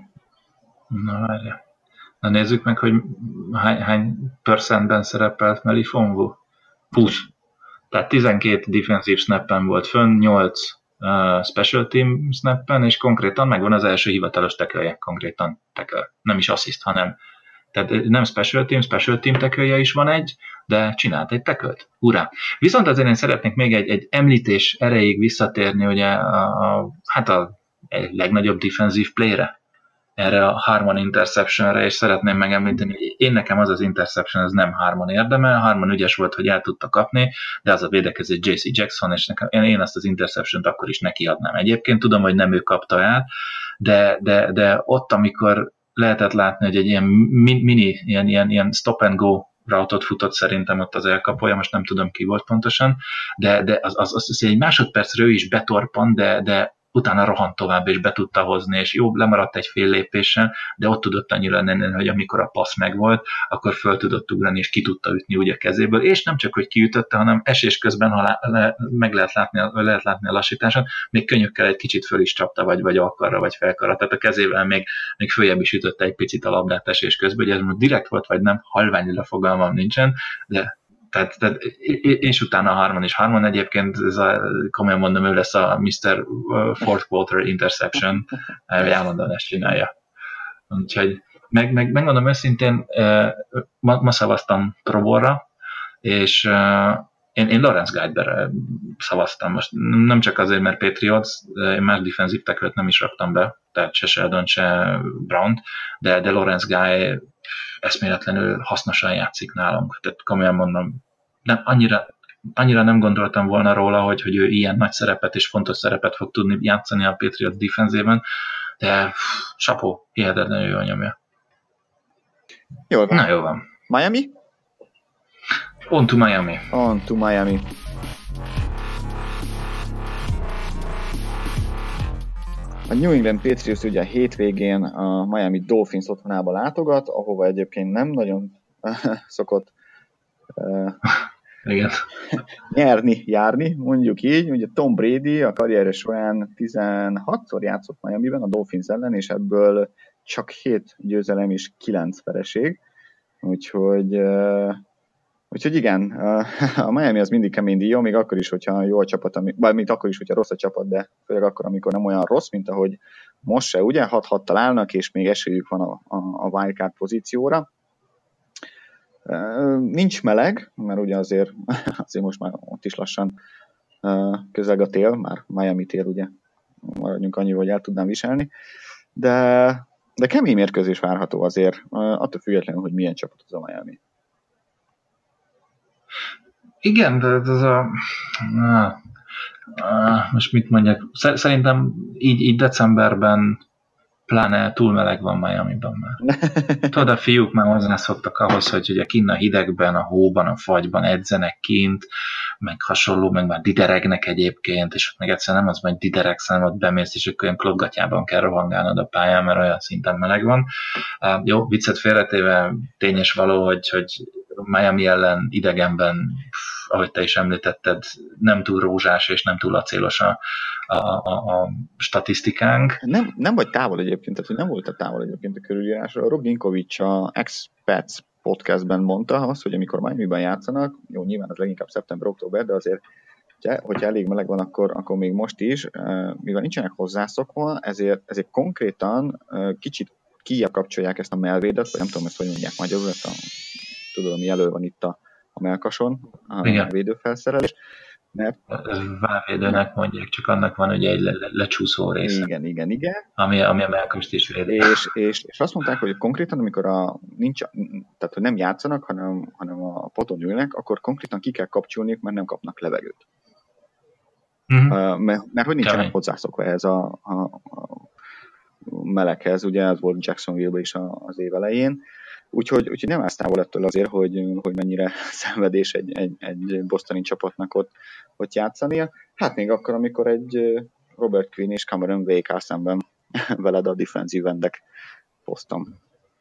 Na várja. Na nézzük meg, hogy hány, hány percentben szerepelt Melifonvu. húsz. Tehát tizenkét defensív snappen volt fönn, nyolc uh, special team snappen, és konkrétan megvan az első hivatalos tackle-je, konkrétan tackle. Nem is assist, hanem tehát nem special team, special team tackle-je is van egy, de csinált egy tackle-t. Urá! Viszont azért én szeretnék még egy, egy említés erejéig visszatérni, ugye a, a, hát a legnagyobb defensív play-re erre a Harmon interceptionre, és szeretném megemlíteni, hogy én nekem az az interception, ez nem Harmon érdeme, Harmon ügyes volt, hogy el tudta kapni, de az a védekező jé cé Jackson, és nekem, én azt az interception-t akkor is nekiadnám. Egyébként tudom, hogy nem ő kapta el, de, de, de ott, amikor lehetett látni, hogy egy ilyen mini, ilyen, ilyen, ilyen stop and go routot futott szerintem ott az elkapója, most nem tudom ki volt pontosan, de, de az, az, az, az egy másodpercre ő is betorpan, de, de utána rohant tovább, és be tudta hozni, és jó, lemaradt egy fél lépéssel, de ott tudott annyira lenni, hogy amikor a passz megvolt, akkor föl tudott ugrani, és ki tudta ütni ugye a kezéből, és nem csak, hogy kiütötte, hanem esés közben, ha lá, le, meg lehet látni, lehet látni a lassításon, még könnyökkel egy kicsit föl is csapta, vagy, vagy alkarra, vagy felkarra, tehát a kezével még, még följebb is ütötte egy picit a labdát esés közben, hogy ez most direkt volt, vagy nem, halványra fogalmam nincsen, de Tehát, tehát, és utána a Harmon is. Harmon egyébként, ez a, komolyan mondom, ő lesz a miszter Fourth Quarter Interception, állandóan ezt csinálja. Úgyhogy meg, meg, megmondom őszintén, ma, ma szavaztam Pro Bowl-ra, és én, én Lawrence Guideberre szavaztam. Most nem csak azért, mert Patriots, én más defensive tackle-t nem is raktam be, tehát se Sheldon, se Brown, de, de Lawrence Guy eszméletlenül hasznosan játszik nálunk. Tehát komolyan mondom, nem, annyira, annyira nem gondoltam volna róla, hogy, hogy ő ilyen nagy szerepet és fontos szerepet fog tudni játszani a Patriots defenzében, de pff, sapó, hihetetlenül jól nyomja. Jól van. Na, jó van. Miami? On to Miami. On to Miami. A New England Patriots ugye a hétvégén a Miami Dolphins otthonába látogat, ahova egyébként nem nagyon szokott uh, Igen. nyerni, járni, mondjuk így. Ugye Tom Brady a karrierje során tizenhatszor játszott Miamiben a Dolphins ellen, és ebből csak hét győzelem és kilenc vereség. Úgyhogy, uh, úgyhogy igen, uh, a Miami az mindig kemény díja, még akkor is, hogyha jó a csapat, vagy akkor is, hogyha rossz a csapat, de főleg akkor, amikor nem olyan rossz, mint ahogy most se, ugye, hat-hattal állnak, és még esélyük van a, a, a wildcard pozícióra. Uh, nincs meleg, mert ugye azért, azért most már ott is lassan uh, közel a tél, már Miami tél, ugye, maradjunk annyi, hogy el tudnám viselni, de, de kemény mérkőzés várható azért, uh, attól függetlenül, hogy milyen csapat az a Miami. Igen, de ez a... Na, most mit mondjak? Szerintem így, így decemberben pláne túl meleg van Miamiban már. Tudod, a fiúk már hozzászoktak ahhoz, hogy ugye kinn a hidegben, a hóban, a fagyban edzenek kint, meg hasonló, meg már dideregnek egyébként, és meg egyszerűen nem az, hogy dideregsz, hanem ott bemész, és akkor olyan klotgatyában kell rohangálnod a pályán, mert olyan szinten meleg van. Uh, jó, viccet félretéve tényes való, hogy, hogy Miami ellen idegenben, pff, ahogy te is említetted, nem túl rózsás és nem túl acélos a, a, a, a statisztikánk. Nem, nem vagy távol egyébként, tehát nem volt a távol egyébként a körülírásra. Rob Ginkovics a Expats podcastben mondta azt, hogy amikor Miami-ban játszanak, jó, nyilván az leginkább szeptember-október, de azért, hogyha elég meleg van, akkor, akkor még most is, mivel nincsenek hozzászokva, ezért, ezért konkrétan kicsit kijebb kapcsolják ezt a melvédet, vagy nem tudom ezt, hogy mondják magyarul, ezt a, tudod, ami elő van itt a, a melkason, a Igen. védőfelszerelés. Mert... Válvédőnek mondják, csak annak van ugye egy le, le, lecsúszó része. Igen, igen, igen. Ami, ami a melkast is véd. És, és, és azt mondták, hogy konkrétan, amikor a, nincs, tehát hogy nem játszanak, hanem, hanem a poton ülnek, akkor konkrétan ki kell kapcsolniuk, mert nem kapnak levegőt. Uh-huh. Mert, mert hogy nincsenek Kemény. hozzászokva ehhez a, a, a meleghez, ugye ez volt Jacksonville-ben is az év elején. Úgyhogy, úgyhogy nem állsz távol ettől azért, hogy, hogy mennyire szenvedés egy, egy, egy bostoni csapatnak ott, ott játszania. Hát még akkor, amikor egy Robert Quinn és Cameron Wake áll szemben veled a defensive endek poszton.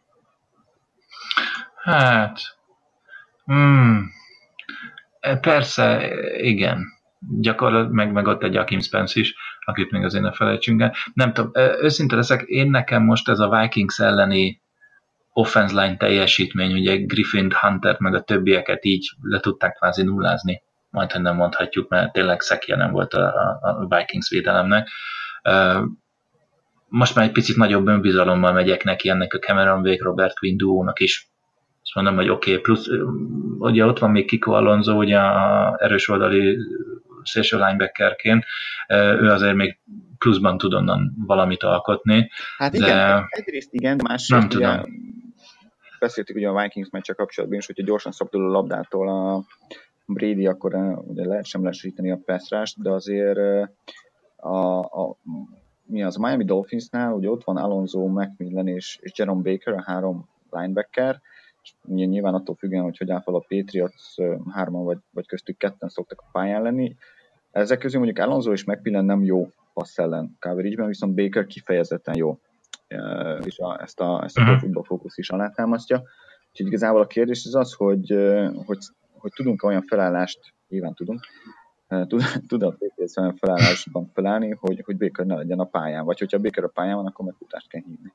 Hát, hmm, persze, igen. Gyakorlatilag meg, meg ott egy Akim Spence is, akit még azért ne felejtsünk el. Nem tudom, őszinte leszek, én nekem most ez a Vikings elleni offense line teljesítmény, ugye Griffin, Hunter meg a többieket így le tudták kvázi nullázni, majd hogy nem mondhatjuk, mert tényleg szekje nem volt a, a Vikings védelemnek. Most már egy picit nagyobb önbizalommal megyek neki ennek a Cameron Wake, Robert Quinn duónak is. Azt mondom, hogy oké, okay, plusz ugye ott van még Kiko Alonso, ugye a erős oldali szélső linebackerként, ő azért még pluszban tud onnan valamit alkotni. Hát igen, de... egyrészt igen, de másrészt nem tudom. Ugye, beszéltük ugye a Vikings meccsel kapcsolatban is, hogyha gyorsan szabadul a labdától a Brady, akkor ugye lehet sem lesíteni a pass rush-t, de azért a, a, mi az, a Miami Dolphinsnál ugye ott van Alonso, Macmillan és, és Jerome Baker, a három linebacker, és nyilván attól függően, hogy hogy áll fel a Patriots, hárman vagy, vagy köztük ketten szoktak a pályán lenni. Ezek közül mondjuk Alonso és Macmillan nem jó passz ellen coverage-ben, viszont Baker kifejezetten jó, és a, ezt a, ezt a uh-huh. football fókusz is alátámasztja. Úgyhogy igazából a kérdés az az, hogy, hogy, hogy tudunk olyan felállást, nyilván tudunk, tud, tud a Patriots olyan felállásban felállni, hogy, hogy Baker ne legyen a pályán, vagy hogyha Baker a pályán van, akkor meg futást kell hívni.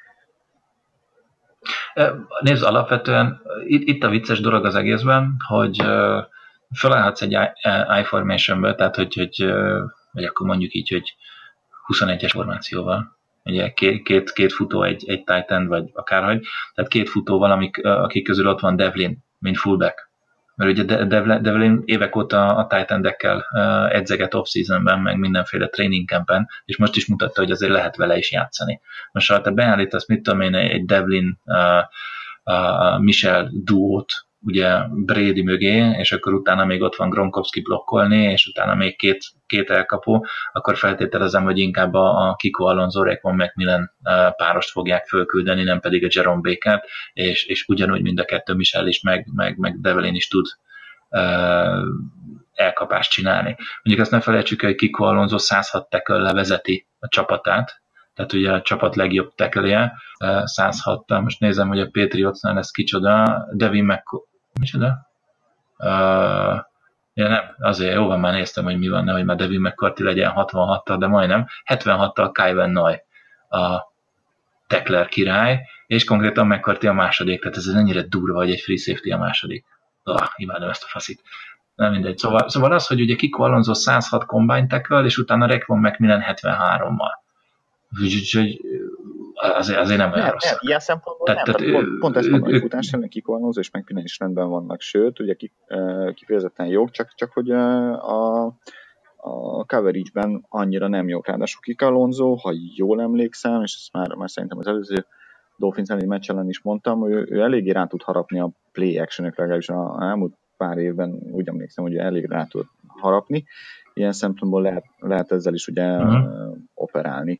Nézd, alapvetően itt, itt a vicces dolog az egészben, hogy uh, felállhatsz egy I-formationből, tehát hogy, hogy uh, vagy akkor mondjuk így, hogy huszonegyes formációval. Ugye két, két, két futó, egy, egy tight end, vagy akárhogy. Tehát két futóval, amik, akik közül ott van Devlin, mint fullback. Mert ugye Devlin évek óta a tight endekkel uh, edzeget off-seasonben, meg mindenféle training campen, és most is mutatta, hogy azért lehet vele is játszani. Most ha te beállítasz, mit tudom én, egy Devlin uh, uh, Michel duót, ugye Brady mögé, és akkor utána még ott van Gronkowski blokkolni, és utána még két, két elkapó, akkor feltételezem, hogy inkább a, a Kiko Alonso, Raekwon McMillan párost fogják fölküldeni, nem pedig a Jerome Baker, és, és ugyanúgy mind a kettő Michel is, meg, meg, meg Devlin is tud uh, elkapást csinálni. Mondjuk azt ne felejtsük, hogy Kiko Alonso száz hat tackle-le vezeti a csapatát, tehát ugye a csapat legjobb tackle-je, száz hattal, most nézem, hogy a Patriotsnál ez kicsoda, Devin Mc... Micsoda? Uh, ja nem, azért jó van, már néztem, hogy mi van, hogy már Devin McCourty legyen hatvanhattal, de majdnem, hetvenhattal Kai Van Noy a tackler király, és konkrétan McCourty a második, tehát ez ennyire durva, hogy egy free safety a második. Ah, imádom ezt a faszit. Nem mindegy. Szóval, szóval az, hogy ugye Kiko Alonso száz hat combine tackle, és utána Raekwon McMillan hetvenhárommal. Úgyhogy azért, azért nem olyan rossz. Ilyen szempontból tehát, nem. Tehát, pont, pont ezt mondom, hogy futás ellen Kiko Alonso és McMillan is rendben vannak. Sőt, ugye kifejezetten jók, csak, csak hogy a, a coverage-ben annyira nem jók. Ráadásul Kiko Alonso, ha jól emlékszem, és ezt már, már szerintem az előző Dolphins elleni meccs ellen is mondtam, ő, ő eléggé rá tud harapni a play action-ök, legalábbis a elmúlt pár évben úgy emlékszem, hogy ő elég rá tud harapni. Ilyen szempontból lehet, lehet ezzel is ugye uh-huh. operálni.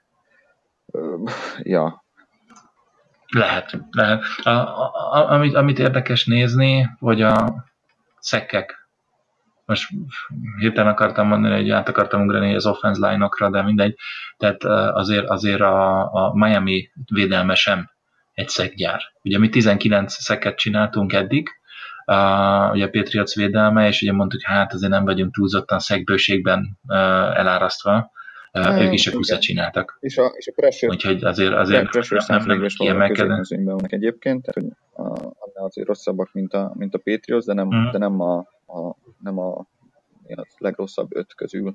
Ja. Lehet, lehet. A, a, a, amit, amit érdekes nézni, hogy a szekkek, most hirtelen akartam mondani, hogy át akartam ugrani az offense line-okra, de mindegy, tehát azért, azért a, a Miami védelme sem egy szekkgyár. Ugye mi tizenkilenc szekket csináltunk eddig, Uh, ugye a Patriots védelme, és ugye mondtuk, hát azért nem vagyunk túlzottan szegbőségben uh, elárasztva, uh, ők is a húszat csináltak. És a, és a pressure, úgyhogy azért, azért nem kiemelkednek egyébként, tehát hogy a, azért rosszabbak, mint a, mint a Patriots, de nem, hmm. de nem a, a, nem a, a legrosszabb öt közül.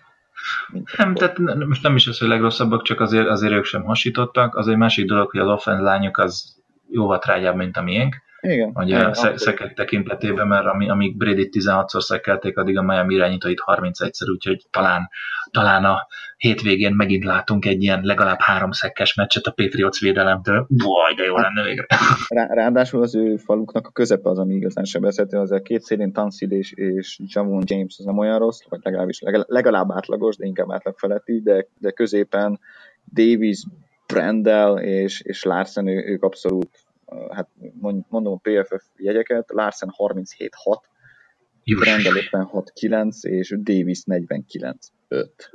Nem, tehát most nem is az, hogy legrosszabbak, csak azért, azért ők sem hasítottak. Az egy másik dolog, hogy az offense lányok az jóval trágyább, mint a miénk. Igen. Ugye a szekek tekintetében, mert amíg Brady tizenhatszor szekkelték, addig a Miami irányítóit harmincegyszer, úgyhogy talán, talán a hétvégén megint látunk egy ilyen legalább három szekkes meccset a Patriots védelemtől. Baj, de jó lenne végre. Rá, ráadásul az ő faluknak a közepe az, ami igazán sebezhető, az a két szélén Tansil és, és Javon James az nem olyan rossz, vagy legalábbis legalább átlagos, de inkább átlag feletti, de, de középen Davis, Brandel és, és Larsen, ő, ők abszolút, hát mondom a pé ef ef jegyeket, Larsen harminchét hat, Brandel ötvenhat kilenc, és Davis negyvenkilenc öt.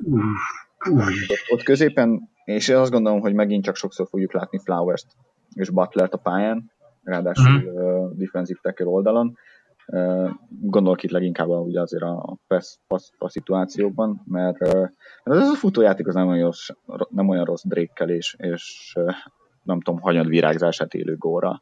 Ott, ott középen, és azt gondolom, hogy megint csak sokszor fogjuk látni Flowers-t és Butlert a pályán, ráadásul uh-huh. uh, defensive tackle oldalon. Uh, gondolok itt leginkább ugye azért a pass, pass, pass szituációkban, mert, uh, mert ez a futójáték az nem olyan rossz, nem olyan rossz Drake-kel, és, és uh, nem tudom, hanyad virágzását élő Góra.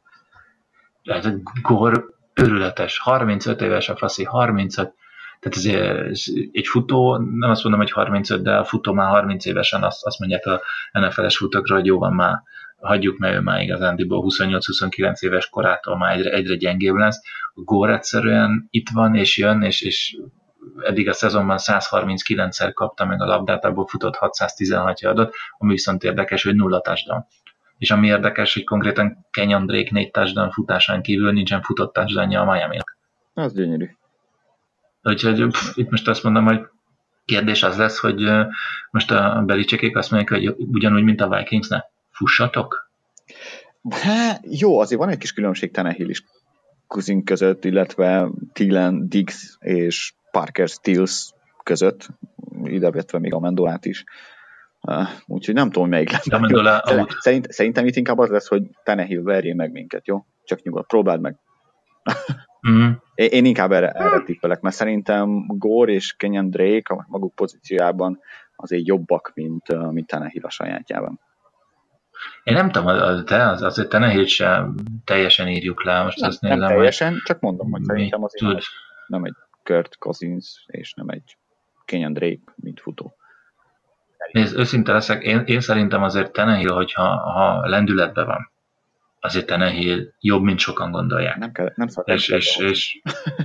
Ez a Gór őrületes, harmincöt éves a Frassi, harmincöt, tehát ez egy futó, nem azt mondom, hogy harmincöt, de a futó már harminc évesen, azt, azt mondják a en ef el-es futókra, hogy jó van már, hagyjuk, mert ő már igazándiból huszonnyolc-huszonkilenc éves korától már egyre, egyre gyengébb lesz. A Gór egyszerűen itt van, és jön, és, és eddig a szezonban száz harminckilencszer kapta meg a labdát, abból futott hatszáztizenhat yardot, ami viszont érdekes, hogy nulla touchdown. És ami érdekes, hogy konkrétan Kenyon Drake négy touchdown futásán kívül nincsen futott touchdownja a Miaminak. Az gyönyörű. Úgyhogy pff, itt most azt mondom, hogy kérdés az lesz, hogy most a Belicsekék azt mondják, hogy ugyanúgy, mint a Vikingsnek, fussatok? Hát, jó, azért van egy kis különbség Tannehill is Cousins között, illetve Thielen, Diggs és Parker Stills között, idevetve még Amendolát is. Uh, úgyhogy nem tudom, melyik lesz. Amendola, Szerint, szerintem itt inkább az lesz, hogy Tannehill verjél meg minket, jó? Csak nyugodt, próbáld meg. Mm. én, én inkább erre, erre tippelek, mert szerintem Gore és Kenyon Drake a maguk pozíciójában azért jobbak, mint, mint Tannehill a sajátjában. Én nem tudom, az, de az, azért Tannehill sem teljesen írjuk le. Most nem, azt nézem, nem teljesen, hogy csak mondom, hogy szerintem azért tud. nem egy Kurt Cousins, és nem egy Kenyon Drake, mint futó. Nézd, őszinte leszek, én, én szerintem azért Tannehill, hogyha ha lendületben van, azért Tannehill jobb, mint sokan gondolják. Nem kell, nem szabad. És, és, és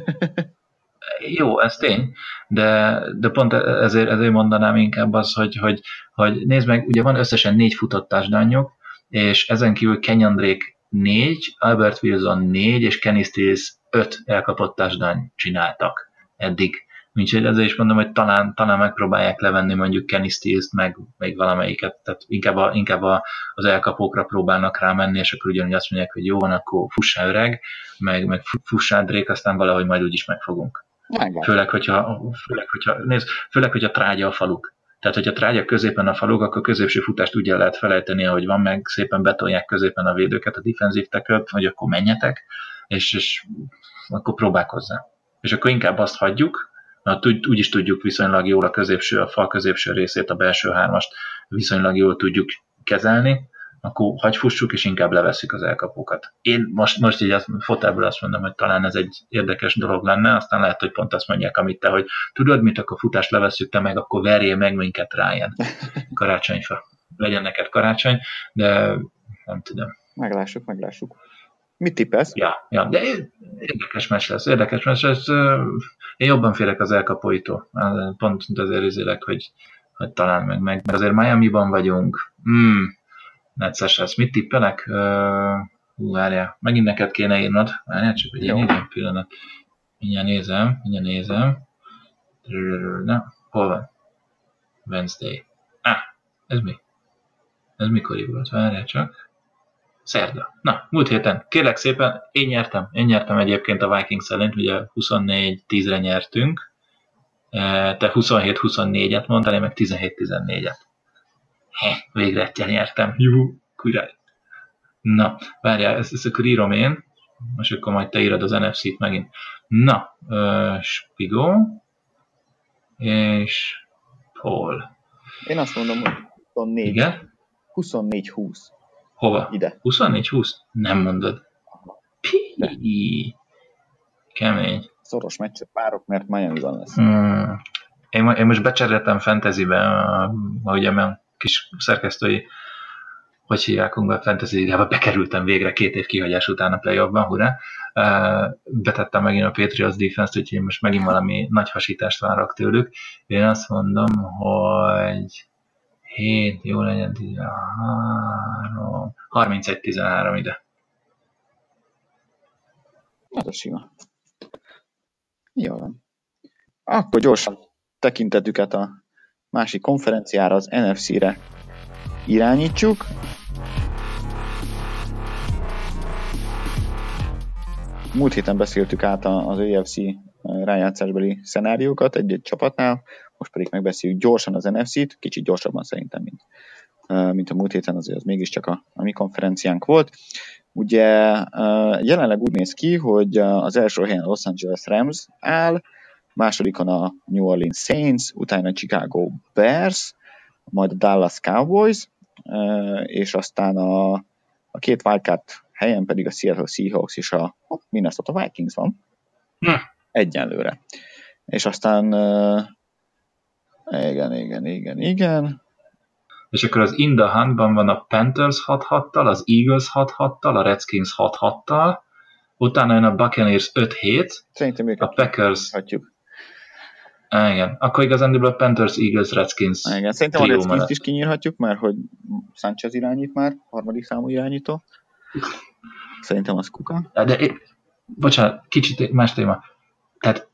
jó, ez tény, de, de pont ezért, ezért mondanám inkább az, hogy, hogy, hogy nézd meg, ugye van összesen négy futott touchdownjuk, és ezen kívül Kenyon Drake négy, Albert Wilson négy, és Kenny Stills öt elkapott touchdown csináltak eddig. Úgyhogy ezért is mondom, hogy talán, talán megpróbálják levenni mondjuk Kenny Stills-t, meg még valamelyiket, tehát inkább, a, inkább a, az elkapókra próbálnak rámenni, és akkor ugyanúgy azt mondják, hogy jó van, akkor fussá öreg, meg, meg fussá Drake, aztán valahogy majd úgyis megfogunk. Főleg, hogyha, főleg, hogyha, nézd, főleg, hogyha trágya a faluk. Tehát, hogyha trágya középen a faluk, akkor középső futást úgy el lehet felejteni, ahogy van, meg szépen betolják középen a védőket, a defensív tackle-t, hogy akkor menjetek, és, és akkor próbálkozzá. És akkor inkább azt hagyjuk, mert úgy is tudjuk viszonylag jól a középső, a fal középső részét, a belső hármast viszonylag jól tudjuk kezelni, akkor hagyfussuk, és inkább levesszük az elkapókat. Én most, most így azt, fotelből azt mondom, hogy talán ez egy érdekes dolog lenne, aztán lehet, hogy pont azt mondják, amit te, hogy tudod, mit, akkor futást levesszük, te meg, akkor verjél meg minket Ryan. Karácsonyfa. Legyen neked karácsony, de nem tudom. Meglássuk, meglássuk. Mit tippelsz? Ja, ja, de érdekes meccs lesz, érdekes meccs lesz. Én jobban félek az elkapóitól. Pont azért izélek, hogy, hogy talán meg, meg. Azért Miami-ban vagyunk. Hmm. Necces lesz. Mit tippelek? Uh, hú, várjál. Megint neked kéne írnod. Várjál, csak egy ilyen pillanat. Mindjárt nézem, mindjárt nézem. Na, hol van? Wednesday. Ah, ez mi? Ez mikor volt? Várjál csak. Szerda. Na, múlt héten. Kérlek szépen, én nyertem. Én nyertem egyébként a Vikings ellen, ugye huszonnégy tízre nyertünk. Te huszonhét huszonnégyet mondtál, én meg tizenhét tizennégyet. He, végre egyszer nyertem. Juhu, király. Na, várjál, ezt, ezt akkor írom én. Most akkor majd te írod az en ef cét megint. Na, uh, Spigo és Paul. Én azt mondom, hogy huszonnégy. Igen? huszonnégy húsz. Hova? Ide. huszonnégy húsz? Nem mondod. Pi. Kemény. Szoros meccset várok, mert Miami-ban lesz. Hmm. Én, én most becseréltem fantasybe, ahogy emen kis szerkesztői, hogy hívják, a fantasy ligába bekerültem végre két év kihagyás után a playoffban, hurrá. Betettem megint a Patriots defense-t, úgyhogy most megint valami nagy hasítást várok tőlük. Én azt mondom, hogy hét, jó legyen, tizenhárom, harmincegy tizenhárom ide. Ez a sima. Jó van. Akkor gyorsan tekintetüket a másik konferenciára, az en ef cére irányítsuk. Múlt héten beszéltük át az á ef cé rájátszásbeli szenáriókat egy-egy csapatnál, most pedig megbeszéljük gyorsan az en ef cét, kicsit gyorsabban szerintem, mint, mint a múlt héten, azért az mégiscsak a, a mi konferenciánk volt. Ugye jelenleg úgy néz ki, hogy az első helyen a Los Angeles Rams áll, másodikon a New Orleans Saints, utána a Chicago Bears, majd a Dallas Cowboys, és aztán a, a két wildcard helyen pedig a Seattle Seahawks és a Minnesota Vikings van. Hm. Egyenlőre. És aztán igen, igen, igen, igen. És akkor az in the huntban van a Panthers hat hattal, az Eagles hat hattal, a Redskins hat hattal, utána jön a Buccaneers öt hét, Szerintem a Packers... Hagyjuk. Á, igen. Akkor igazándiból Panthers, Eagles, Redskins. Á, igen. Szerintem a Redskins is kinyírhatjuk, mert hogy Sanchez irányít már, harmadik számú irányító. Szerintem az kuka. De, de bocsánat, kicsit más téma. Tehát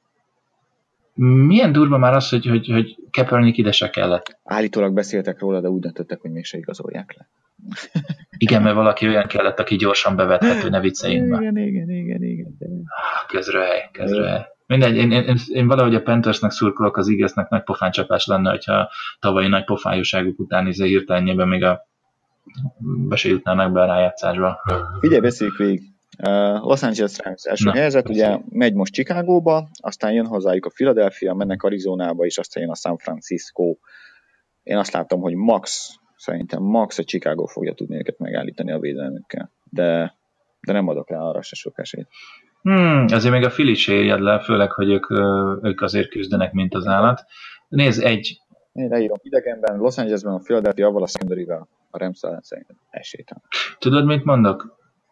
milyen durva már az, hogy, hogy, hogy Kaepernick ide se kellett? Állítólag beszéltek róla, de úgy döntöttek, hogy mégse igazolják le. Igen, mert valaki olyan kellett, aki gyorsan bevethető, ne vicceljünk már. Igen, igen, igen, igen. De... Közrehely, közrehely. Mindegy, én, én, én, én valahogy a Panthersnek szurkolok, az Eaglesnek nagy pofáncsapás lenne, hogyha tavalyi nagy pofájúságuk után izé hirtelenjében még a be se jutnának be a rájátszásba. Figyelj, beszéljük végig. Uh, Los Angeles Rams első Na, helyzet, beszéljük. Ugye megy most Chicagóba, aztán jön hozzájuk a Philadelphia, mennek Arizonába, és aztán jön a San Francisco. Én azt látom, hogy max, szerintem max a Chicago fogja tudni őket megállítani a védelmükkel. De, de nem adok rá arra se sok esélyt. Hmm, azért még a Philly se érjed le, főleg, hogy ők, ők azért küzdenek, mint az állat. Nézd, egy... Én leírom idegenben, Los Angelesben a Philadelphia, avval a secondary-vel a Rams ellen szerintem esélytelen. Tudod, mit mondok?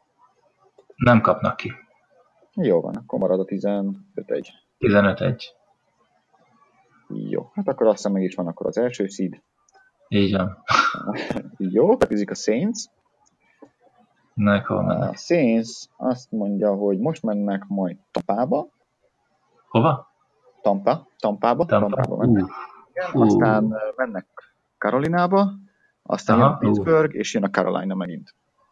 Nem kapnak ki. Jó van, akkor marad a tizenöt egy. tizenöt egy. Jó, hát akkor aztán meg is van akkor az első seed. Így van. Jó, következik a Saints. Na, hol mennek? A Saints azt mondja, hogy most mennek majd Tampába. Hova? Tampa, Tampába. Tampa. Tampába mennek. Uh. Igen, aztán mennek Carolinába, aztán Aha, jön Pittsburgh, uh. és jön a Carolina megint.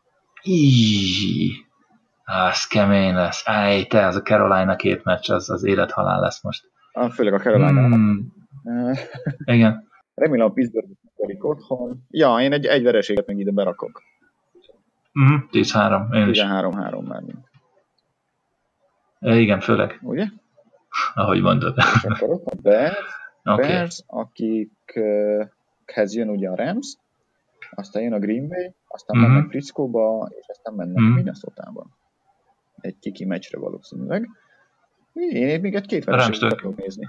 Íííí. Az kemény lesz. Áj, te, az a Carolina két meccs, az, az élet-halál lesz most. Ah, főleg a Carolina. Hmm. Igen. Remélem a Pittsburgh korik otthon. Ja, én egy, egy vereséget meg ide berakok. Uh-huh. tíz három. Én is. tizenhárom három már mind. E, igen, főleg. Ugye? Ahogy mondod. És akkor ott a Bears, okay. Bears akikhez jön ugye a Rams, aztán jön a Green Bay, aztán uh-huh. mennek Friscoba, és aztán mennek uh-huh. Minnesota-ba. Egy kiki meccsre valószínűleg. Én még egy két vereséget akarok nézni.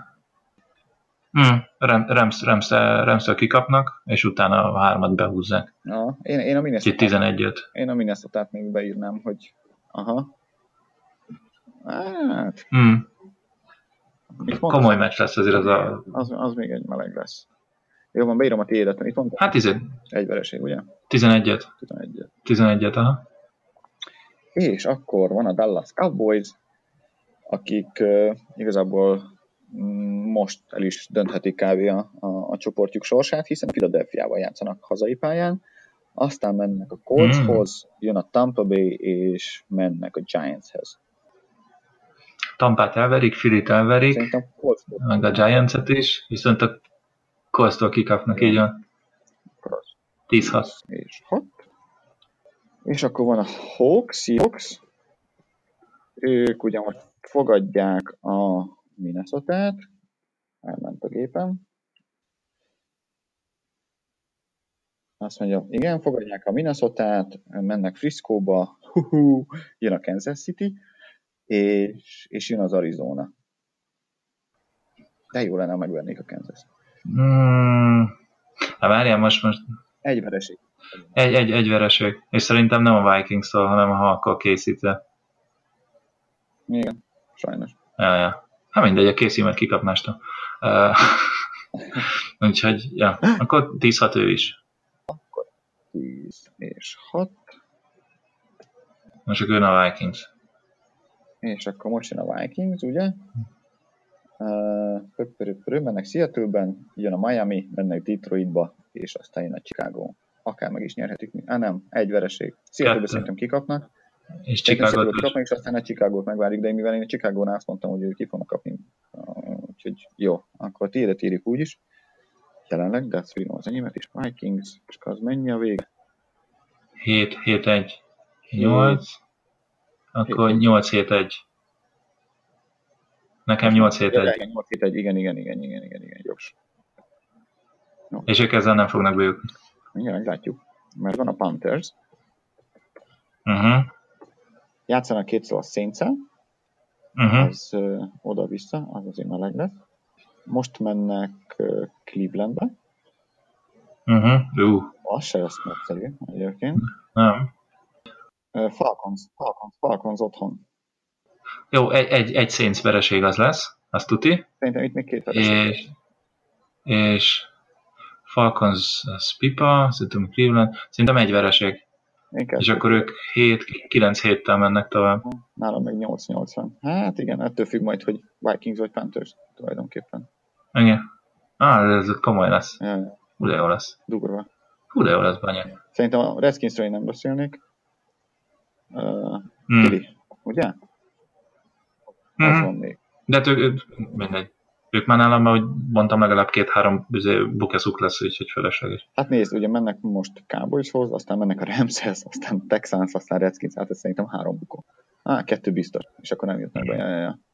Mm, Rams, Rams, Rams-től kikapnak, és utána a hármat behúzzák. Ja, én, én a Minnesota-t tizenegyet. Én a Minnesota-t még beírnám, hogy aha. Hát... Mm. Komoly meccs lesz azért az a... Az, az még egy meleg lesz. Jó van, beírom a tiédet. Mit mondtad? Hát izé. Egy vereség, ugye? tizenegyet. tizenegyet. tizenegyet, aha. És akkor van a Dallas Cowboys, akik uh, igazából most el is dönthetik kb. A, a, a csoportjuk sorsát, hiszen a Philadelphiával játszanak hazai pályán, aztán mennek a Coltshoz, mm. jön a Tampa Bay, és mennek a Giantshez. Tampát elverik, Philit elverik, szerintem meg a Giantset is, viszont a Coltstól kikapnak, így van. tíz hat. És hat. És akkor van a Hawks, Seahawks. Ők ugye most fogadják a Minnesota-t. Elment a gépem. Azt mondja, igen, fogadják a Minnesota-t, mennek Friscoba, hú, jön a Kansas City, és, és jön az Arizona. De jó lenne, ha megvernék a Kansas. Hmm. Hát várjál, most, most... Egy vereség. Egy, egy, egy vereség. És szerintem nem a Vikings-tól, hanem a Hawkkal készítve. Igen, sajnos. Ja, ja. Hát mindegy, a készímet kikapnástól. Uh, úgyhogy, ja, akkor tíz hat ő is. Akkor tíz és hat. Most akkor jön a Vikings. És akkor most jön a Vikings, ugye? Uh, mennek Seattle-ben, jön a Miami, mennek Detroitba, és aztán jön a Chicago. Akár meg is nyerhetik. Á, nem, egy vereség. Seattle-be szerintem kikapnak. És Chicago-t kikapnak, és aztán a Chicago-t megvárjuk, de mivel én a Chicago-nál azt mondtam, hogy ők ki fognak kapni. Uh, úgyhogy jó, akkor tiédet írjuk úgyis. Jelenleg, de azt az enyémet, és Vikings, és az mennyi a vége? hét hét egy nyolc, akkor nyolc hét egy. Nekem nyolc hét egy. nyolc hét egy, igen, igen, igen, igen, igen, igen, jogos. No. És ők ezzel nem fognak bejutni. Igen, látjuk. Mert van a Panthers. Uh-huh. Játszanak kétszer a Saints-el. Uh-huh. Az uh, oda-vissza, az azért meleg lesz. Most mennek uh, Clevelandbe. Uh-huh. Uh. Az se lesz nagyszerű egyébként. Nem. Uh, Falcons, Falcons, Falcons otthon. Jó, egy, egy, egy Saints vereség az lesz, azt tuti. Szerintem itt még két vereség. És, és Falcons az pipa, szerintem Cleveland, szerintem egy vereség. És akkor ők kilenc héttel mennek tovább. Nálam meg nyolc nyolcvan. Hát igen, ettől függ majd, hogy Vikings vagy Panthers tulajdonképpen. Igen. Ah, ez komoly lesz. Ja. Hú, de jó lesz. Durva. Hú, de jó lesz, Banya. Szerintem a Redskinsről én nem beszélnék. Uh, hmm. Kili, ugye? Hmm. Az van még. De hát ők, mindegy. Ők már nálam, ahogy mondtam, legalább két-három bukeszuk lesz, úgyhogy felesleges. Hát nézd, ugye mennek most Cowboyshoz, aztán mennek a Ramshez, aztán Texans, aztán Redskins, hát ez szerintem három bukó. Á, kettő biztos, és akkor nem jutnak be. Ja, ja, ja.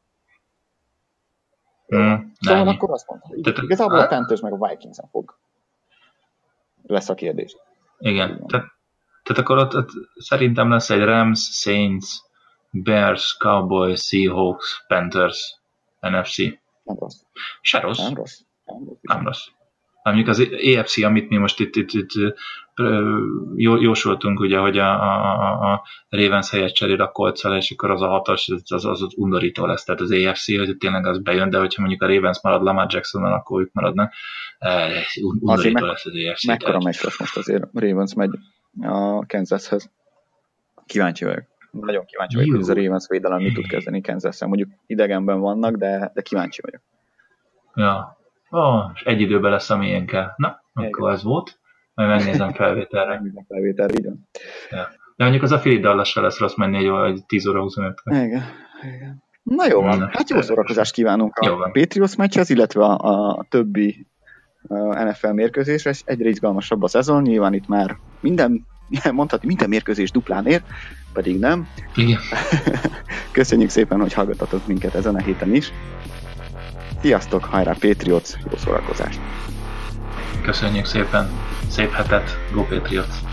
Mm, szóval akkor azt mondtam, hogy Te, igazából a Panthers meg a Vikings-en fog. Lesz a kérdés. Igen, tehát, tehát akkor ott, ott szerintem lesz egy Rams, Saints, Bears, Cowboys, Seahawks, Panthers, en ef cé. Nem rossz. Se rossz. Nem rossz. Nem rossz. Nem rossz. Mondjuk az á ef cé, amit mi most itt, itt, itt jósoltunk, ugye, hogy a, a, a Ravens helyet cserél a Coltszal, és akkor az a hatas, az, az, az undorító lesz. Tehát az á ef cé, hogy tényleg az bejön, de hogyha mondjuk a Ravens marad Lamar Jacksonnal, akkor ők maradnak. Undorító lesz az á ef cé. Mekkora meccs lesz most azért Ravens megy a Kansashez. Kíváncsi vagyok. Nagyon kíváncsi vagyok, hogy ez a Ravens védelem mit tud kezdeni Kansas-szel. Mondjuk idegenben vannak, de, de kíváncsi vagyok. Ja. Oh, és egy időben lesz, amilyen kell. Na, akkor ez volt. Majd megnézem felvételre. Megnézem felvételre, így van. Ja. De mondjuk az a Philly Dallas se lesz rossz menni egy óra, egy tíz óra huszonöt. Igen, igen. Na jó van, hát jó szórakozást kívánunk a jó Patriots meccshez, illetve a, a többi en ef el mérkőzésre. Egyre izgalmasabb a szezon, nyilván itt már minden, mondhatni, minden mérkőzés duplán ér, pedig nem. Igen. Köszönjük szépen, hogy hallgattatok minket ezen a héten is. Sziasztok, hajrá Patriots, jó szórakozást! Köszönjük szépen, szép hetet, Go Patriots!